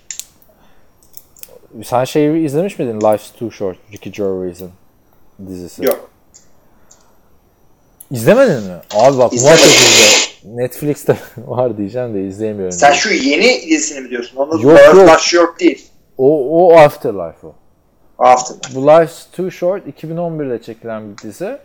Sen şeyi izlemiş miydin? Life's Too Short, Ricky Gervais'in dizisi. Yok. İzlemedin mi? Abi bak İzlemedim. izle. Netflix'te var diyeceğim de izleyemiyorum. Sen diye. Şu yeni dizisini mi diyorsun? Onun yok yok. Life's Short değil. O, o Afterlife o. Afterlife. Bu Life's Too Short iki bin on birde çekilen bir dizi.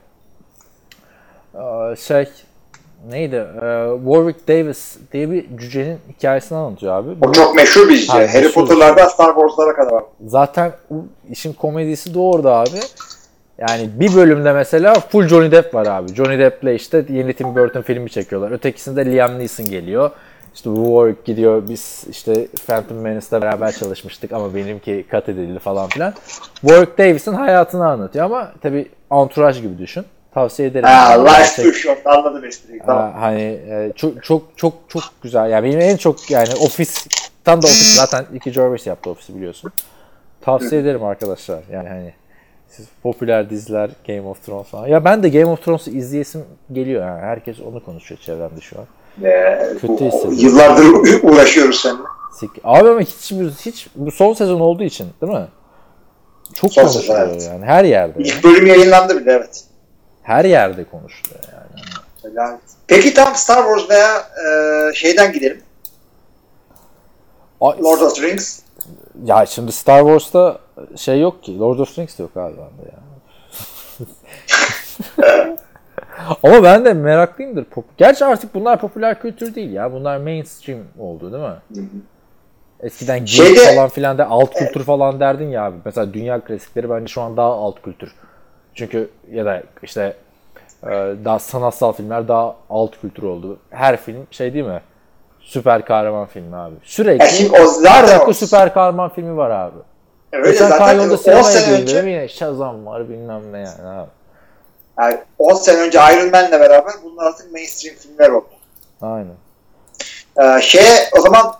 Ee, şey neydi? Ee, Warwick Davis diye bir cücenin hikayesini anlatıyor abi. O çok meşhur bir dizi. Ha, Harry meşhur. Potter'lardan Star Wars'lara kadar var. Zaten işin komedisi de orada abi. Yani bir bölümde mesela full Johnny Depp var abi. Johnny Depp'le işte yeni Tim Burton filmi çekiyorlar. Ötekisinde Liam Neeson geliyor. İşte Warwick gidiyor, biz işte Phantom Menace'la beraber çalışmıştık ama benimki kat edildi falan filan. Warwick Davis'in hayatını anlatıyor ama tabii Entourage gibi düşün. Tavsiye ederim. Aa, Life's Too Short, anladım espriyi. Tamam. Hani e, çok çok çok çok güzel. Yani benim en çok yani Office, tam da Office zaten Ricky Gervais yaptı Office'i biliyorsun. Tavsiye ederim arkadaşlar. Yani hani siz popüler diziler, Game of Thrones falan. Ya ben de Game of Thrones'u izleyesim geliyor yani. Herkes onu konuşuyor çevremde şu an. Ee, Kötü hissediyorum. Yıllardır uğraşıyoruz seninle. Abi ama hiç hiç bu son sezon olduğu için değil mi? Çok Son konuşuluyor sezon, evet. yani her yerde. İlk Yani. bölüm yayınlandı bile, evet. Her yerde konuşuluyor yani. Peki tam Star Wars veya e, şeyden gidelim. Ay, Lord of the Rings. Ya şimdi Star Wars'ta şey yok ki. Lord of the Rings de yok abi bende ya. Ama ben de meraklıyımdır. Gerçi artık bunlar popüler kültür değil ya. Bunlar mainstream oldu değil mi? Hı hı. Eskiden geek Şeyde, falan filan da alt kültür evet. falan derdin ya abi. Mesela dünya klasikleri bence şu an daha alt kültür. Çünkü ya da işte daha sanatsal filmler daha alt kültür oldu. Her film şey değil mi? Süper kahraman filmi abi. Sürekli her dakika süper kahraman filmi var abi. Öyle Geçen zaten on sene önce yine Shazam var bilmem ne yani abi. Yani on sene önce Iron Man'le beraber bunlar artık mainstream filmler oldu. Aynen. Ee, şeye o zaman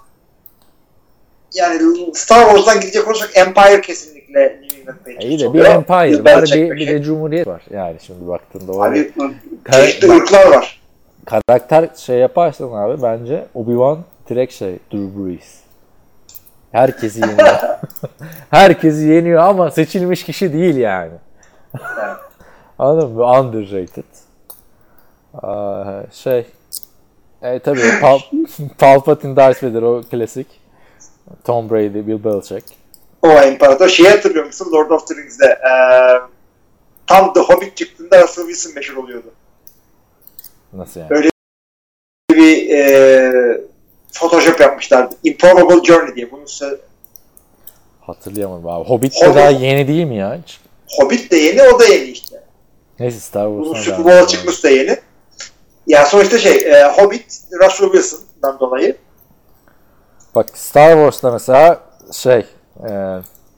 yani Star Wars'tan gidecek olursak Empire kesinlikle New England Patriots. İyi de bir Empire var, bir, bir de Cumhuriyet var. Yani şimdi baktığında abi çeşitli ırklar var. Karakter şey yaparsan abi bence Obi-Wan direkt şey Drew Brees. Herkesi yeniyor. Herkesi yeniyor ama seçilmiş kişi değil yani. Evet. Anladın mı? Underrated. Aa, şey e, tabii Pal Palpatine, Darth Vader o klasik. Tom Brady, Bill Belichick. O imparator. Şeyi hatırlıyor musun? Lord of the Rings'de ee, tam The Hobbit çıktığında Russell Wilson meşhur oluyordu. Nasıl yani? Öyle bir ee, Photoshop yapmışlardı. Improbable Journey diye. Bunu size... Hatırlayamadım abi. Hobbit de Hobbit... daha yeni değil mi ya hiç? Hobbit de yeni, o da yeni işte. Neyse Star Wars'tan bunun Super Bowl'a çıkmış da yeni. Ya sonuçta şey, e, Hobbit, Russell Wilson'dan dolayı. Bak Star Wars'ta mesela şey, e,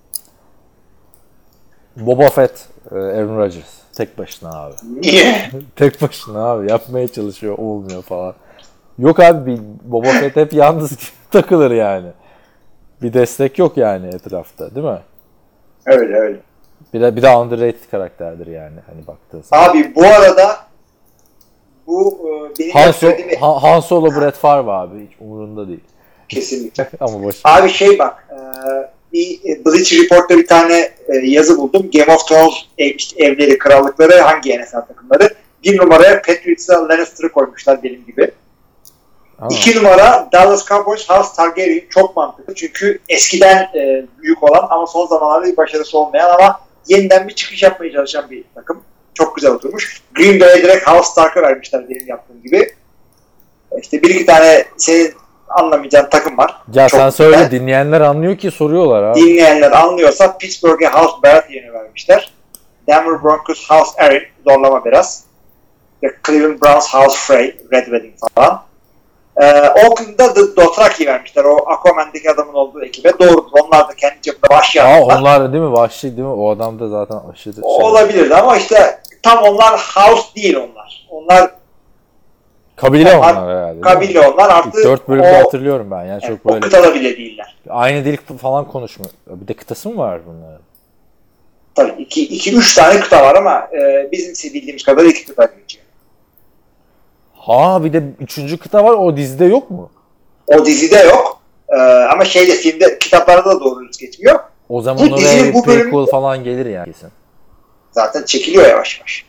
Boba Fett, e, Aaron Rodgers. Tek başına abi. Niye? Tek başına abi. Yapmaya çalışıyor, olmuyor falan. Yok abi, bir Boba Fett hep yalnız takılır yani. Bir destek yok yani etrafta, değil mi? Öyle öyle. Bir de bir de underrated karakterdir yani hani baktığın zaman. Abi bu arada bu e, benim Han, so- söylediğim... Han, Han Solo Brett Favre abi, hiç umurunda değil. Kesinlikle. Ama boş. Abi şey bak, e, bir Bleacher Report'ta bir tane e, yazı buldum. Game of Thrones ev, işte evleri, krallıkları, hangi N F L takımları? Bir numaraya Patriots'a Lannister'ı koymuşlar benim gibi. Aa. İki numara Dallas Cowboys House Targaryen. Çok mantıklı çünkü eskiden e, büyük olan ama son zamanlarda bir başarısı olmayan ama yeniden bir çıkış yapmaya çalışan bir takım. Çok güzel oturmuş. Green Bay'e direkt House Stark'ı vermişler benim yaptığım gibi. İşte bir iki tane senin anlamayacağın takım var. Ya çok sen söyle, güzel. dinleyenler anlıyor ki soruyorlar abi. Dinleyenler anlıyorsa Pittsburgh'e House Barrett yerini vermişler. Denver Broncos House Aaron, zorlama biraz. Ve Cleveland Browns House Frey, Red Wedding falan. Ee, Oakland'da The Dothraki vermişler. O Aquaman'daki adamın olduğu ekibe. Doğrudur. Onlar da kendi çapında vahşi Aa, adamlar. onlar değil mi? Vahşi değil mi? O adam da zaten aşırı şey. Olabilirdi ama işte tam onlar House değil onlar. Onlar Kabile onlar, onlar herhalde. kabile onlar. Artık dört bölümde o, hatırlıyorum ben. Yani yani çok o böyle kıtada bile değiller. aynı dil falan konuşmuyor. Bir de kıtası mı var bunların? Tabii iki, iki, üç tane kıta var ama e, bizim bildiğimiz kadar iki kıta geçiyor. Ha, bir de üçüncü kıta var, o dizide yok mu? O dizide yok. Ee, ama şeyde, filmde, kitaplarda da doğru düz geçmiyor. O zaman Bu oraya dizinin bir bu bölüm- prequel falan gelir yani kesin. Zaten çekiliyor yavaş yavaş.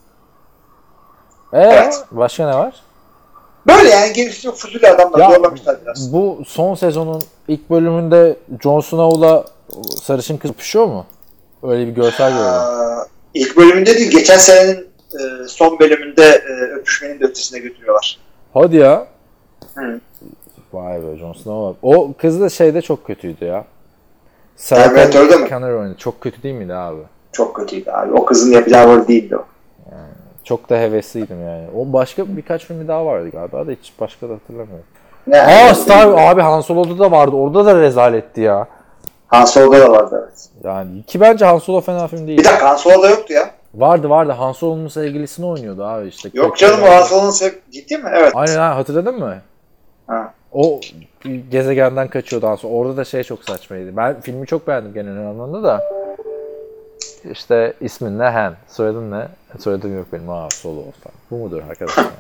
Ee, Evet. başka ne var? Böyle yani gerisi çok fuzuli adamlar, Ya, zorlamışlar biraz. Bu son sezonun ilk bölümünde Jon Snow'la sarışın kız öpüşüyor mu? Öyle bir görsel gördüm. Ee, ilk bölümünde değil, geçen senenin e, son bölümünde e, öpüşmenin de ötesine götürüyorlar. Hadi ya. Hı. Vay be, Jon Snow var. O kız da şeyde çok kötüydü ya. Terminator'da mı? Connor oynadı. Çok kötü değil miydi abi? Çok kötüydü abi. O kızın yapacağı rol değildi o. Çok da hevesliydim yani. O başka birkaç filmi daha vardı galiba da hiç başka da hatırlamıyorum. Ne? Aa, Star abi, Han Solo'da da vardı. Orada da rezaletti ya. Han Solo'da da vardı, evet. Yani ki bence Han Solo fena film değil. Bir dakika, Han Solo'da yoktu ya. Vardı vardı. Han Solo'nun sevgilisini oynuyordu abi işte. Yok canım, o Han Solo'nun sev- ciddi mi? Evet. Aynen, ha, hatırladın mı? Ha. O gezegenden kaçıyordu Han Solo. Orada da şey çok saçmaydı. Ben filmi çok beğendim genel anlamda da. İşte ismin ne? Han. Soyadın ne? Soyadım yok benim. Aa, Solo falan. Bu mudur arkadaşlar? Yani.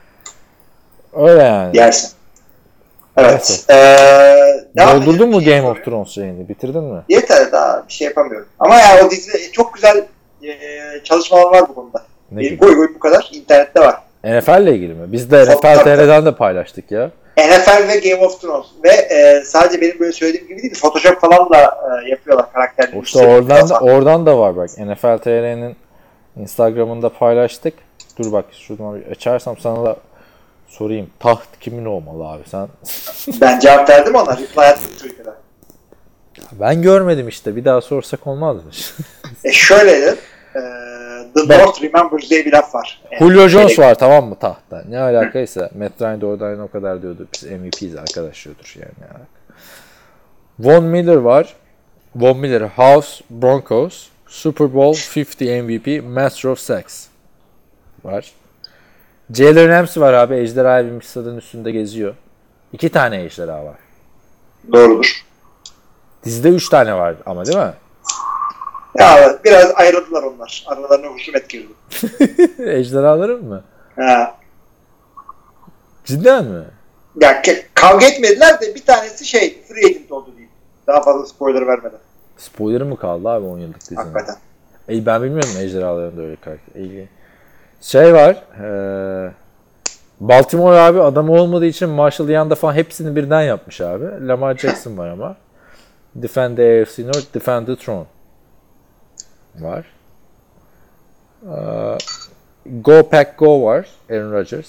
Öyle yani. Yersin. Evet. Neyse. Ee, Doldurdun mu Game of Thrones şeyini? Bitirdin mi? Yeter, daha bir şey yapamıyorum. Ama ya o dizide çok güzel e, çalışmalar var bu konuda. Ne Benim gibi? goy goy bu kadar. İnternette var. N F L ile ilgili mi? Biz de N F L Tabii, T R'den de paylaştık ya. N F L ve Game of Thrones. Ve e, sadece benim böyle söylediğim gibi değil, Photoshop falan da e, yapıyorlar karakterleri. İşte oradan da, oradan da var bak. N F L T R'nin Instagram'ında paylaştık. Dur bak, şuradan bir açarsam sana da sorayım. Taht kimin olmalı abi sen? Ben cevap verdim ona. Reply attım Twitter'a. Ben görmedim işte. Bir daha sorsak olmaz mı? E şöyle de e, The Bak. North Remembers diye bir laf var. E, Julio Jones gerek- var, tamam mı, tahtta? Ne alakaysa. Matt Ryan de oradan o kadar diyordu. Biz M V P'yiz arkadaş diyordur yani. yani. Von Miller var. Von Miller House Broncos Super Bowl elli M V P Master of Sex var. Jalen Ramsey var abi. Ejderha binmiş stadın üstünde geziyor. İki tane ejderha var. Doğrudur. Dizide üç tane var ama değil mi? Ya biraz ayrıldılar onlar. Aralarına husumet girdi. Ejderhaların mı? Ha. Cidden mi? Ya ke- kavga etmediler de bir tanesi şey free agent oldu diyeyim. Daha fazla spoiler vermeden. Spoiler mı kaldı abi on yıllık dizinin? Hakikaten. E, ben bilmiyorum ejderhaların da öyle karakter. İlgi. Şey var. Ee, Baltimore abi adamı olmadığı için Marshall Yanda falan hepsini birden yapmış abi. Lamar Jackson var ama. Defend the A F C North, Defend the Throne var. Ee, Go Pack Go var. Aaron Rodgers.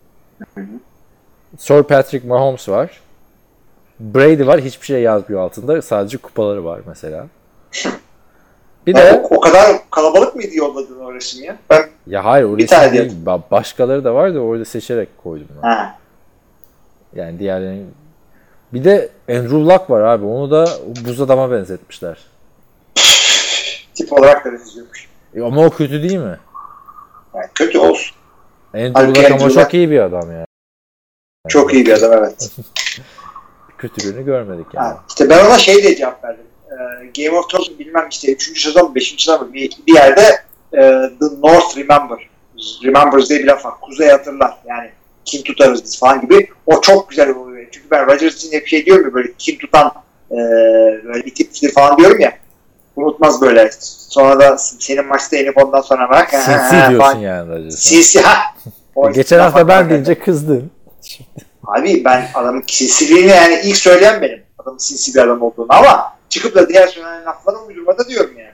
Sir Patrick Mahomes var. Brady var. Hiçbir şey yazmıyor altında. Sadece kupaları var mesela. Bir Ya de o, o kadar kalabalık mıydı yolladığın o resim ya? Ben ya hayır, o Bir resim tane değil. Ba- Başkaları da var da orada seçerek koydum ben. ha. Yani diğerlerini. Bir de Andrew Luck var abi. Onu da buz adama benzetmişler. Tip olarak da benziyormuş. E, ama o kötü değil mi? Yani kötü olsun. Andrew Halbuki Luck ama Andrew çok Luck- iyi bir adam yani. Çok iyi bir adam, evet. Kötülüğünü görmedik yani. Ha. İşte ben ona şey diye cevap verdim. Ee, Game of Thrones bilmem işte üçüncü sezon, beşinci sezon bir, bir yerde e, The North Remember. Remembers diye bir laf var. Kuzey hatırlar. Yani kim tutarız biz falan gibi. O çok güzel oluyor. Çünkü ben Rodgers için hep şey diyorum ya, böyle kim tutan e, böyle itipli falan diyorum ya. Unutmaz böyle. Sonra da senin maçta yenip ondan sonra bak. Sinsi diyorsun yani. Sinsi ha. Geçen hafta ben deyince kızdın. Abi ben adamın sinsiliğini yani ilk söyleyen benim. Adamın sinsi bir adam olduğunu ama çıkıp da diğer söylenen lafları uydurmada diyorum yani.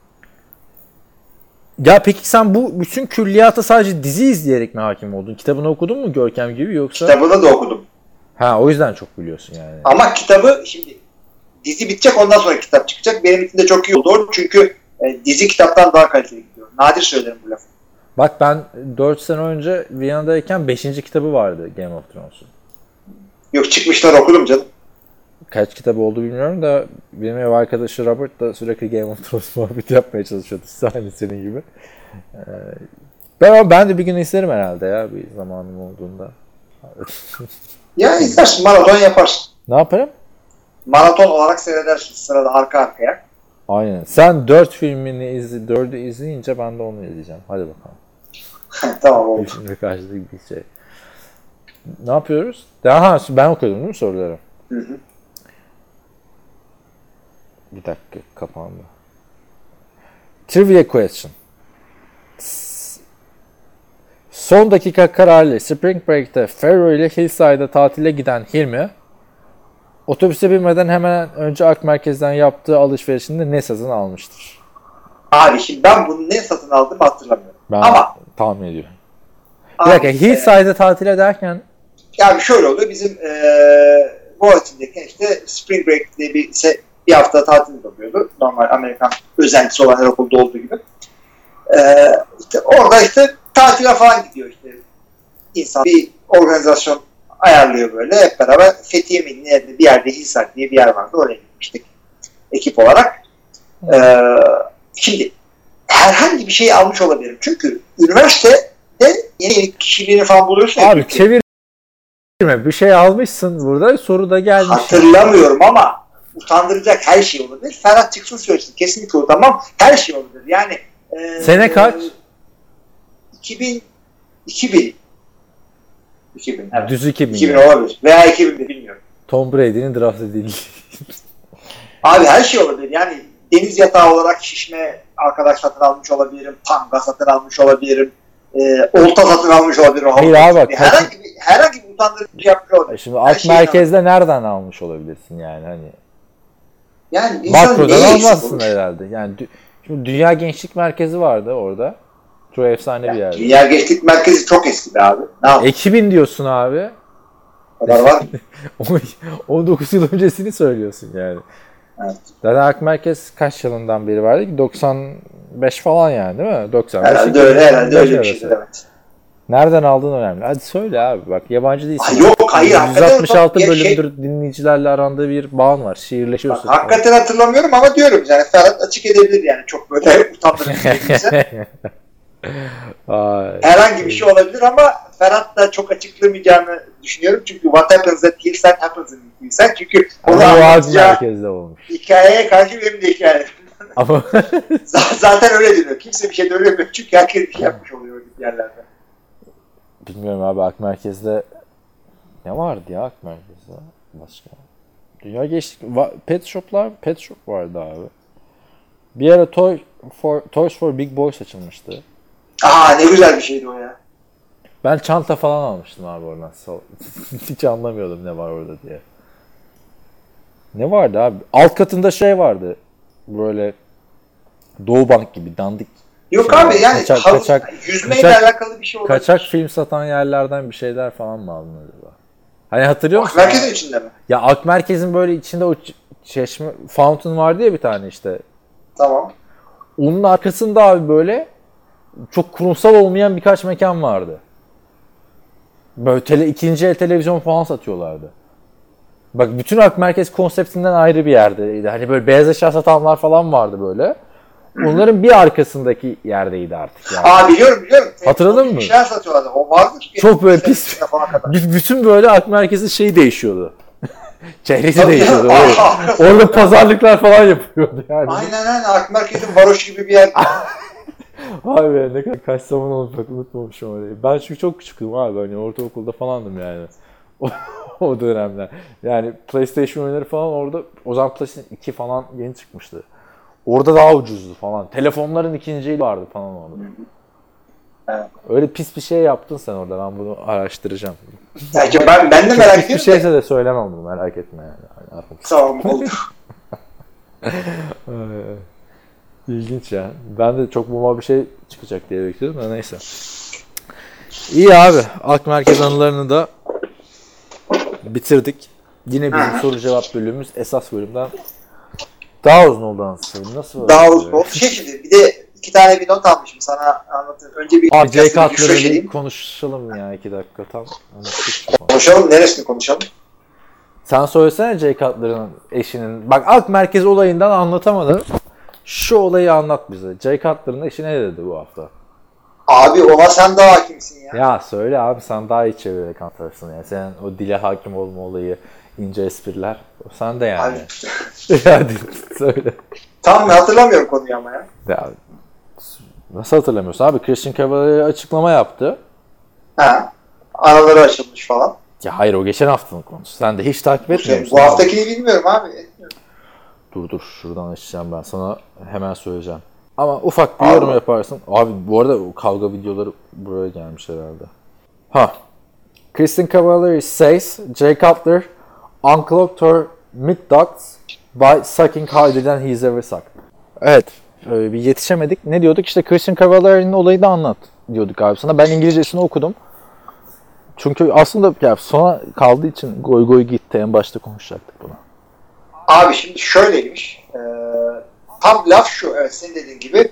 Ya peki sen bu bütün külliyata sadece dizi izleyerek mi hakim oldun? Kitabını okudun mu Görkem gibi yoksa? Kitabını da okudum. Ha o yüzden çok biliyorsun yani. Ama kitabı şimdi dizi bitecek ondan sonra kitap çıkacak. Benim için de çok iyi oldu. Çünkü e, dizi kitaptan daha kaliteli gidiyor. Nadir söylerim bu lafı. Bak ben dört sene önce Viyana'dayken beşinci kitabı vardı Game of Thrones'un. Yok çıkmışlar okudum canım. Kaç kitabı oldu bilmiyorum da benim ev arkadaşı Robert da sürekli Game of Thrones muhabbeti yapmaya çalışıyordu. Aynı senin gibi. Ee, ben, ben de bir gün isterim herhalde ya bir zamanım olduğunda. Ya izlersin maraton yaparsın. Ne yaparım? Maraton olarak seyredersin sırada arka arkaya. Aynen. Sen dört filmini izle, dördü izleyince ben de onu izleyeceğim. Hadi bakalım. Tamam oldu. Şimdi karşılıklı bir şey. Ne yapıyoruz? Daha ben okuyordum değil mi soruları? Hı hı. Bir dakika kapandı. Trivia question. Son dakika kararlı Spring Break'te Ferro ile Hillside'a tatile giden Hilmi otobüse binmeden hemen önce Ak Merkez'den yaptığı alışverişinde ne satın almıştır? Abi şimdi ben bunu ne satın aldım hatırlamıyorum. Ben Ama tahmin ediyorum. Bir dakika Hillside'a tatil ederken yani şöyle oluyor bizim ee, Boğaziçi'ndeki işte Spring Break diye bir, bir hafta tatil oluyordu. Normal Amerikan özentisi olan her okulda olduğu gibi. Ee, işte orada işte tatile falan gidiyor işte. İnsan bir organizasyon ayarlıyor böyle. Hep beraber Fethiye Medine'de bir yerde Hillside diye bir yer vardı. Oraya gitmiştik. Ekip olarak. Ee, şimdi herhangi bir şey almış olabilirim. Çünkü üniversitede yeni yeni kişiliğini falan buluyorsun. Abi çevir bir şey almışsın burada soru da gelmiş. Hatırlamıyorum ama utandıracak her şey olabilir. Ferhat çıksın söylesin. Kesinlikle o tamam. Her şey olabilir. Yani e, sene kaç? iki bin iki bin iki bin evet. Düz iki bin. iki bin yani. olabilir. Veya iki bin de bilmiyorum. Tom Brady'nin draft edildiği. Abi her şey olabilir. Yani deniz yatağı olarak şişme arkadaş satın almış olabilirim. Tanga satın almış olabilirim. E, olta satın almış olabilirim. Hayır abi bak. Herhangi bir, herhangi bir utandırıcı bir şey yapmış olabilir. Şimdi Ak Merkez'de almış. Nereden almış olabilirsin yani hani? Yani makrodan almazsın herhalde. Yani şimdi Dünya Gençlik Merkezi vardı orada. Çok efsane yani bir yer. Dünya Gençlik Merkezi çok eski be abi. Ne iki bin diyorsun abi. O kadar var. on dokuz yıl öncesini söylüyorsun yani. Evet. Zaten Ak Merkez kaç yılından beri vardı ki? doksan beş falan yani değil mi? doksan beş. Herhalde öyle, herhalde öyle bir şeydir evet. Nereden aldığın önemli. Hadi söyle abi bak yabancı değilsin. Ay yok hayır. yüz altmış altı bölümdür şey... dinleyicilerle arandığı bir bağın var. Şiirleşiyorsun. Bak, hakikaten hatırlamıyorum ama diyorum yani Ferhat açık edebilir yani çok böyle utandırıcı değilse. Herhangi bir şey olabilir ama Ferhat da çok açıklamayacağını düşünüyorum. Çünkü what happens at Hillside happens in Hillside. Çünkü onu anlatacağı hikayeye karşı benim de hikayem. Ama zaten öyle diyor. Kimse bir şey de öyle yapıyor. Çünkü herkes bir şey yapmış oluyor o yerlerde. Bilmiyorum abi Ak Merkez'de ne vardı ya Ak Merkez'de başka? Dünya geçtik. Pet shop'lar, pet shop vardı abi. Bir ara Toy for Toys for Big Boys açılmıştı. Aa ne güzel bir şeydi o ya. Ben çanta falan almıştım abi oradan. Hiç anlamıyordum ne var orada diye. Ne vardı abi? Alt katında şey vardı. Böyle Doğu Bank gibi dandik. Yok şey abi yani kaçak, havuz, kaçak, yüzmeyle kaçak, alakalı bir şey olabilir. Kaçak film satan yerlerden bir şeyler falan mı aldın acaba? Hani hatırlıyor musun? Ak Merkez'in içinde mi? Ya Ak Merkez'in böyle içinde o çeşme fountain vardı ya bir tane işte. Tamam. Onun arkasında abi böyle çok kurumsal olmayan birkaç mekan vardı. Böyle tele, ikinci el televizyon falan satıyorlardı. Bak bütün Ak Merkez konseptinden ayrı bir yerdeydi. Hani böyle beyaz eşya satanlar falan vardı böyle. Onların bir arkasındaki yerdeydi artık yani. Aa biliyorum biliyorum. Hatırladın mı? Bir şeyler satıyorlardı. O vardı. Çok böyle pis. Bütün böyle Ak Merkez'in şeyi değişiyordu. Çehresi değişiyordu. Orada pazarlıklar falan yapıyordu yani. Aynen aynen. Ak Merkez'in varoş gibi bir yer. Abi ne kadar kaç zaman oldu bak unutmamışım orayı. Ben çünkü çok küçüktüm abi. Hani ortaokulda falandım yani. O, o dönemler. Yani PlayStation oyunları falan orada o zaman PlayStation iki falan yeni çıkmıştı. Orada daha ucuzdu falan. Telefonların ikinci eli vardı falan orada. Evet. Öyle pis bir şey yaptın sen orada. Ben bunu araştıracağım. Yani ben, ben de merak Pis bir ediyorum. şeyse de söylemem bunu, merak etme yani. yani Tamam oldu. İlginç ya. Ben de çok buma bir şey çıkacak diye bekliyordum da neyse. İyi abi. Ak Merkez anılarını da bitirdik. Yine bizim Hı. soru cevap bölümümüz esas bölümden daha uzun oldu anasını. Nasıl? Daha uzun oldu. Şey şimdi bir de iki tane bir not almışım sana anlatayım. Önce bir Abi Jay podcast'ı bir Cutler'ı refresh bir edeyim. konuşalım ya iki dakika tam. Konuşalım. Neresini konuşalım? Sen söylesene Jay Cutler'ın eşinin. Bak Ak Merkez olayından anlatamadın. Şu olayı anlat bize. Jay Cutler'ın eşi ne dedi bu hafta? Abi ona sen daha hakimsin ya. Ya söyle abi, sen daha iyi çevirerek anlatırsın ya. Senin o dile hakim olma olayı, ince espriler. O sende yani. Hadi söyle. Tam hatırlamıyorum konuyu ama ya. Ya, nasıl hatırlamıyorsun abi? Christian Cavalier açıklama yaptı. Ha. Araları açılmış falan. Ya hayır, o geçen haftanın konusu. Sen de hiç takip etmiyor musun? Bu haftakini bilmiyorum abi. Etmiyorum. Dur dur şuradan açacağım ben sana, hemen söyleyeceğim. Ama ufak bir yorum yaparsın. Abi bu arada o kavga videoları buraya gelmiş herhalde. Ha. Christian Cavalier says Jay Cutler unclogged her mid-ducts by sucking harder than he's ever sucked. Evet. Bir yetişemedik. Ne diyorduk? İşte Christian Cavalier'in olayını anlat diyorduk abi sana. Ben İngilizcesini okudum. Çünkü aslında ya sona kaldığı için goy goy gitti. En başta konuşacaktık bunu. Abi şimdi şöyleymiş. Ee, tam laf şu. Evet senin dediğin gibi.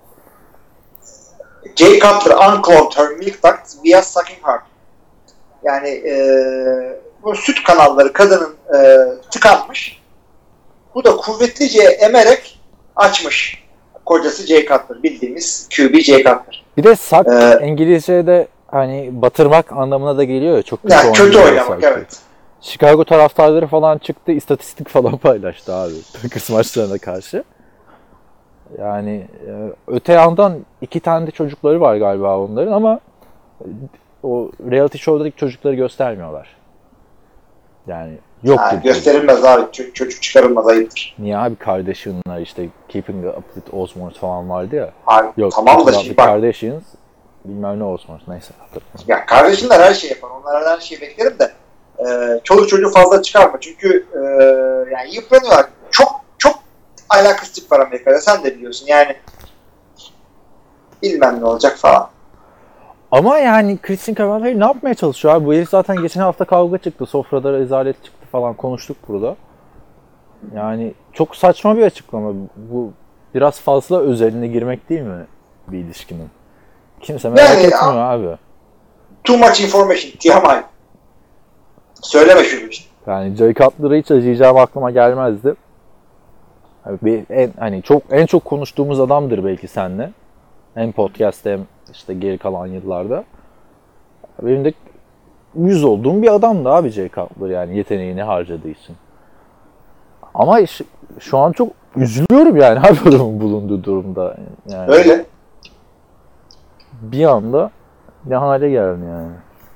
Jay Cutler unclogged her milk ducts via sucking hard. Yani ee, bu süt kanalları kadının ee, tıkanmış. Bu da kuvvetlice emerek açmış. Kocası Jay Cutler. Bildiğimiz Q B Jay Cutler. Bir de suck Ee, İngilizce'de hani batırmak anlamına da geliyor ya. Çok kötü, yani kötü oynamak suck. evet. Chicago taraftarları falan çıktı, istatistik falan paylaştı abi Packers maçlarına karşı. Yani e, öte yandan iki tane de çocukları var galiba onların ama o reality show'daki çocukları göstermiyorlar. Yani yok Ha, gibi. gösterilmez abi. Ç- çocuk çıkarılmaz ayıptır. Niye abi, Kardashian'lar işte Keeping Up with Osmond falan vardı ya. Abi, Yok, tamam da Keeping Up şimdi with bak. Kardashians bilmem ne Osmond, neyse. Ya kardeşimler her şey yapar. Onlardan her şeyi beklerim de e, çoluk çocuğu fazla çıkarma. Çünkü e, yani yıpranıyorlar. Çok çok alakası tip var Amerika'da. Sen de biliyorsun. Yani bilmem ne olacak falan. Ama yani Christian Cavalier ne yapmaya çalışıyor abi? Bu herif zaten geçen hafta kavga çıktı. Sofrada rezalet çıktı falan, konuştuk burada. Yani çok saçma bir açıklama. Bu biraz fazla özeline girmek değil mi bir ilişkinin? Kimse merak Yani, etmiyor abi. Too much information. Tihamay. Söyleme şunu işte. Yani Jay Cutler'ı hiç acıyacağım aklıma gelmezdi. Abi bir en hani çok en çok konuştuğumuz adamdır belki seninle. Hem podcast'te hem işte geri kalan yıllarda. Benim de yüz olduğum bir adamdı abi Jay Cutler, yani yeteneğini harcadığı için. Ama şu, şu an çok üzülüyorum yani abi adamın bulunduğu durumda. Yani Öyle. bir anda ne hale geldi yani.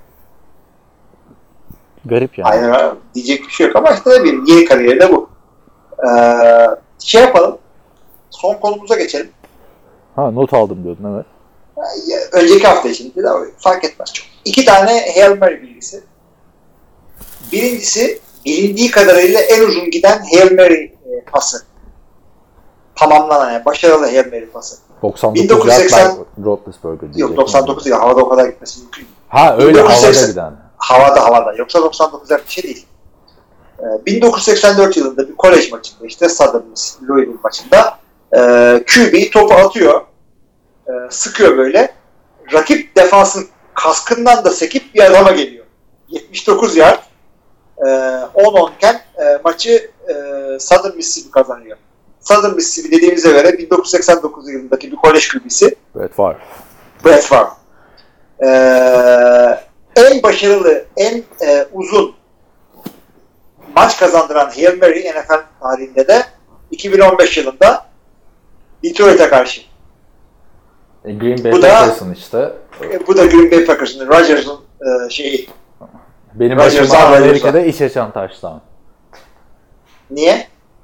Garip yani. Aynen öyle. Diyecek bir şey yok ama işte ne bileyim yeni kariyeri de bu. Ee, şey yapalım. Son konumuza geçelim. Ha, not aldım diyordun, evet. Önceki hafta için de fark etmez çok. İki tane Hail Mary bilgisi. Birincisi bilindiği kadarıyla en uzun giden Hail Mary e, pası. Tamamlanan yani başarılı Hail Mary pası. doksan dokuz bin dokuz yüz seksen yard Roethlisberger diyecek. Yok doksan dokuz değil. Havada o kadar gitmesi mümkün. Ha öyle bin dokuz yüz seksen havada giden. Havada havada. Yoksa doksan dokuz bir şey değil. Ee, bin dokuz yüz seksen dört yılında bir kolej maçında işte Southern Miss Louisville maçında e, Q B topu atıyor. E, sıkıyor böyle. Rakip defansın kaskından da sekip bir adama geliyor. yetmiş dokuz yard e, on on iken e, maçı e, Southern Mississippi kazanıyor. Southern Mississippi dediğimize göre bin dokuz yüz seksen dokuz yılındaki bir kolej Q B'si. Brett Favre. Brett Favre. E, en başarılı, en e, uzun maç kazandıran Hail Mary N F L tarihinde de iki bin on beş yılında Detroit'e karşı. E, Green Bay Bu da- Packers'ın işte. E, bu da Green Bay Packers'ın, Rodgers'ın e, şeyi. Benim Rodgers'ın başıma Rodgers'ın. Amerika'da iş yaşam taştan. Niye?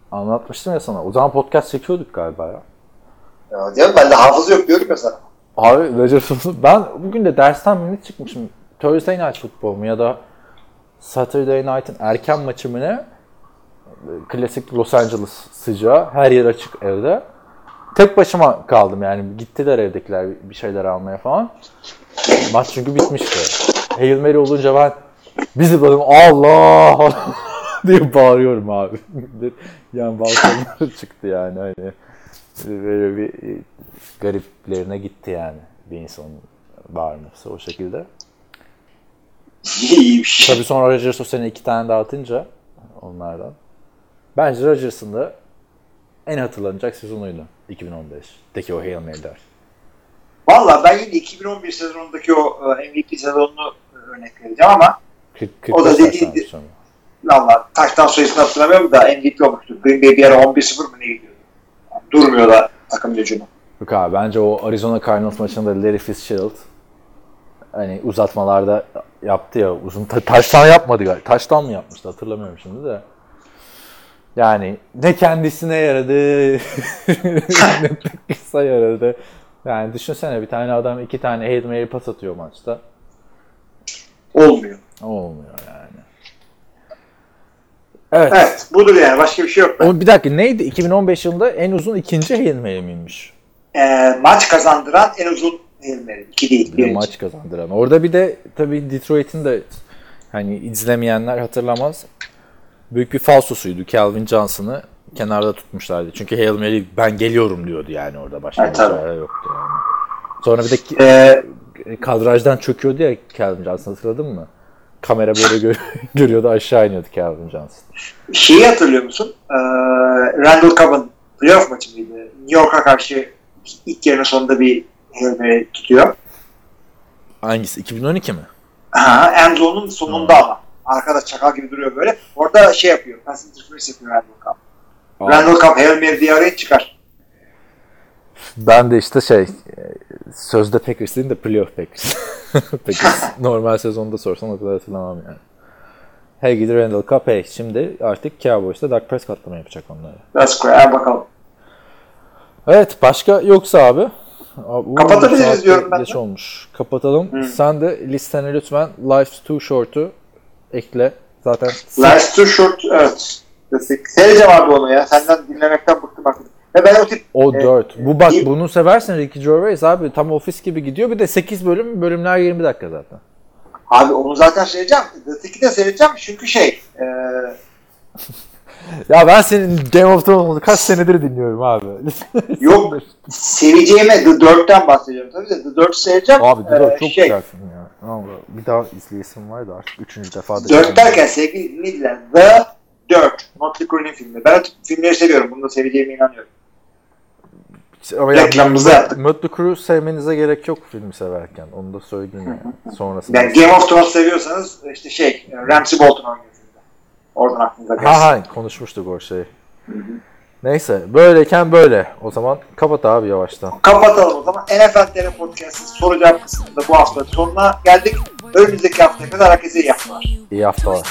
Anlatmıştım ya sana. O zaman podcast çekiyorduk galiba ya. Ya diyorum ben de hafıza yok diyorum ya sana. Abi Rodgers'ın ben bugün de dersten mi ne çıkmışım? Thursday Night Football mu ya da Saturday Night'ın erken maçı mı ne? Klasik Los Angeles sıcağı. Her yer açık evde. Tek başıma kaldım yani. Gittiler evdekiler bir şeyler almaya falan. Maç çünkü bitmişti. Hail Mary olunca ben bir zıpladım. Allah diye bağırıyorum abi. Yani balkonlara çıktı yani. Hani böyle bir gariplerine gitti yani bir insanın bağırması o şekilde. İyiymiş. Tabii sonra Rodgers o sene iki tane daha atınca onlardan. Bence Rodgers'ın da en hatırlanacak sezonuydu iki bin on beş'teki o Hail Mary'ler. Valla ben yine iki bin on bir sezonundaki o M V P sezonunu örnek vereceğim ama kırk, kırk o da dediğinde valla taştan sayısını hatırlamıyorum da M V P olmuştu. Green Bay bir ara on bir sıfır mı ne gidiyordu? Yani durmuyorlar takım gücünü. Yok abi bence o Arizona Cardinals maçında Larry Fitzgerald hani uzatmalarda yaptı ya uzun ta- taştan yapmadı galiba. Taştan mı yapmıştı hatırlamıyorum şimdi de. Yani ne kendisine yaradı ne kısa yaradı. Yani düşünsene bir tane adam iki tane Hail Mary pas atıyor maçta. Olmuyor. Olmuyor yani. Evet. Evet budur yani başka bir şey yok. O, bir dakika neydi? iki bin on beş yılında en uzun ikinci Hail Mary miymiş? E, maç kazandıran en uzun Hail Mary. İki değil. Bir de maç kazandıran. Orada bir de tabii Detroit'in de hani izlemeyenler hatırlamaz. Büyük bir falsosuydu. Calvin Johnson'ı kenarda tutmuşlardı. Çünkü Hail Mary ben geliyorum diyordu yani orada. Başka evet, bir çare yoktu yani. Sonra bir de ee, kadrajdan çöküyordu ya Calvin Johnson hatırladın mı? Kamera böyle gör- görüyordu aşağı iniyordu Calvin Johnson. Şeyi hatırlıyor musun? Ee, Randall Cobb'ın playoff maçı mıydı? New York'a karşı ilk yarının sonunda bir Hail Mary tutuyor. Hangisi? iki bin on iki mi? Aha, Enzo'nun sonunda hmm. ama. Arkada çakal gibi duruyor böyle. Orada şey yapıyor. Pass interference yapıyor Randall Cobb. Aa. Randall Cobb Hail Mary diye araya çıkar. Ben de işte şey sözde Packers değil de playoff Packers. Packers normal sezonda sorsan o kadar hatırlamam yani. Hey gidi Randall Cobb hey. Şimdi artık Cowboys'ta Dak Prescott'la mı yapacak onları? That's great. Bakalım. Evet başka yoksa abi. abi Kapatabiliriz diyorum ben. Geç olmuş. Kapatalım. Hmm. Sen de listene lütfen Life's Too Short'u ekle. Zaten Life's Too Short evet. Seyireceğim abi onu ya. Senden dinlemekten bıktım artık. Ve ben o tip... O dört. E, Bu bak e, bunu seversin Ricky Gervais abi. Tam ofis gibi gidiyor. Bir de sekiz bölüm. Bölümler yirmi dakika zaten. Abi onu zaten seyredeceğim. The Thick'i de seyredeceğim çünkü şey... E... ya ben senin Game of Thrones'u kaç senedir dinliyorum abi. Yok. Seveceğime The dörtten bahsediyorum tabii de. The dört'ü seyredeceğim. Abi The dört ee, çok şey, güzel film ya. Ama bir daha izleyesim var da artık üçüncü defa da. dört derken sevgili ne diler? The dört. Motley Crue'nin filmi. Ben o tip filmleri seviyorum. Bunu da seveceğime inanıyorum. Ama reklamımızı yaptık. Motley Crue sevmenize gerek yok filmi severken. Onu da söyleyeyim yani. Sonrasında. Yani Game of Thrones seviyorsanız işte şey Ramsay Bolton oynuyor filmde. Oradan aklınıza gelsin. Ha ha konuşmuştuk o şeyi. Neyse böyleyken böyle. O zaman kapat abi yavaştan. Kapatalım o zaman. N F L T R Podcast'ın soru cevap kısmında bu hafta sonuna geldik. Önümüzdeki haftaya kadar herkese iyi haftalar. İyi haftalar.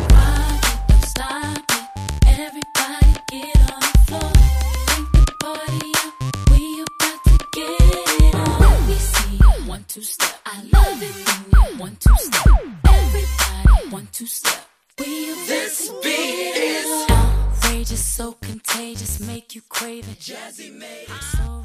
Two step. I love it when you one two step. Everybody one two step. We this beat is outrageous, so contagious, make you crave it. Jazzy made it so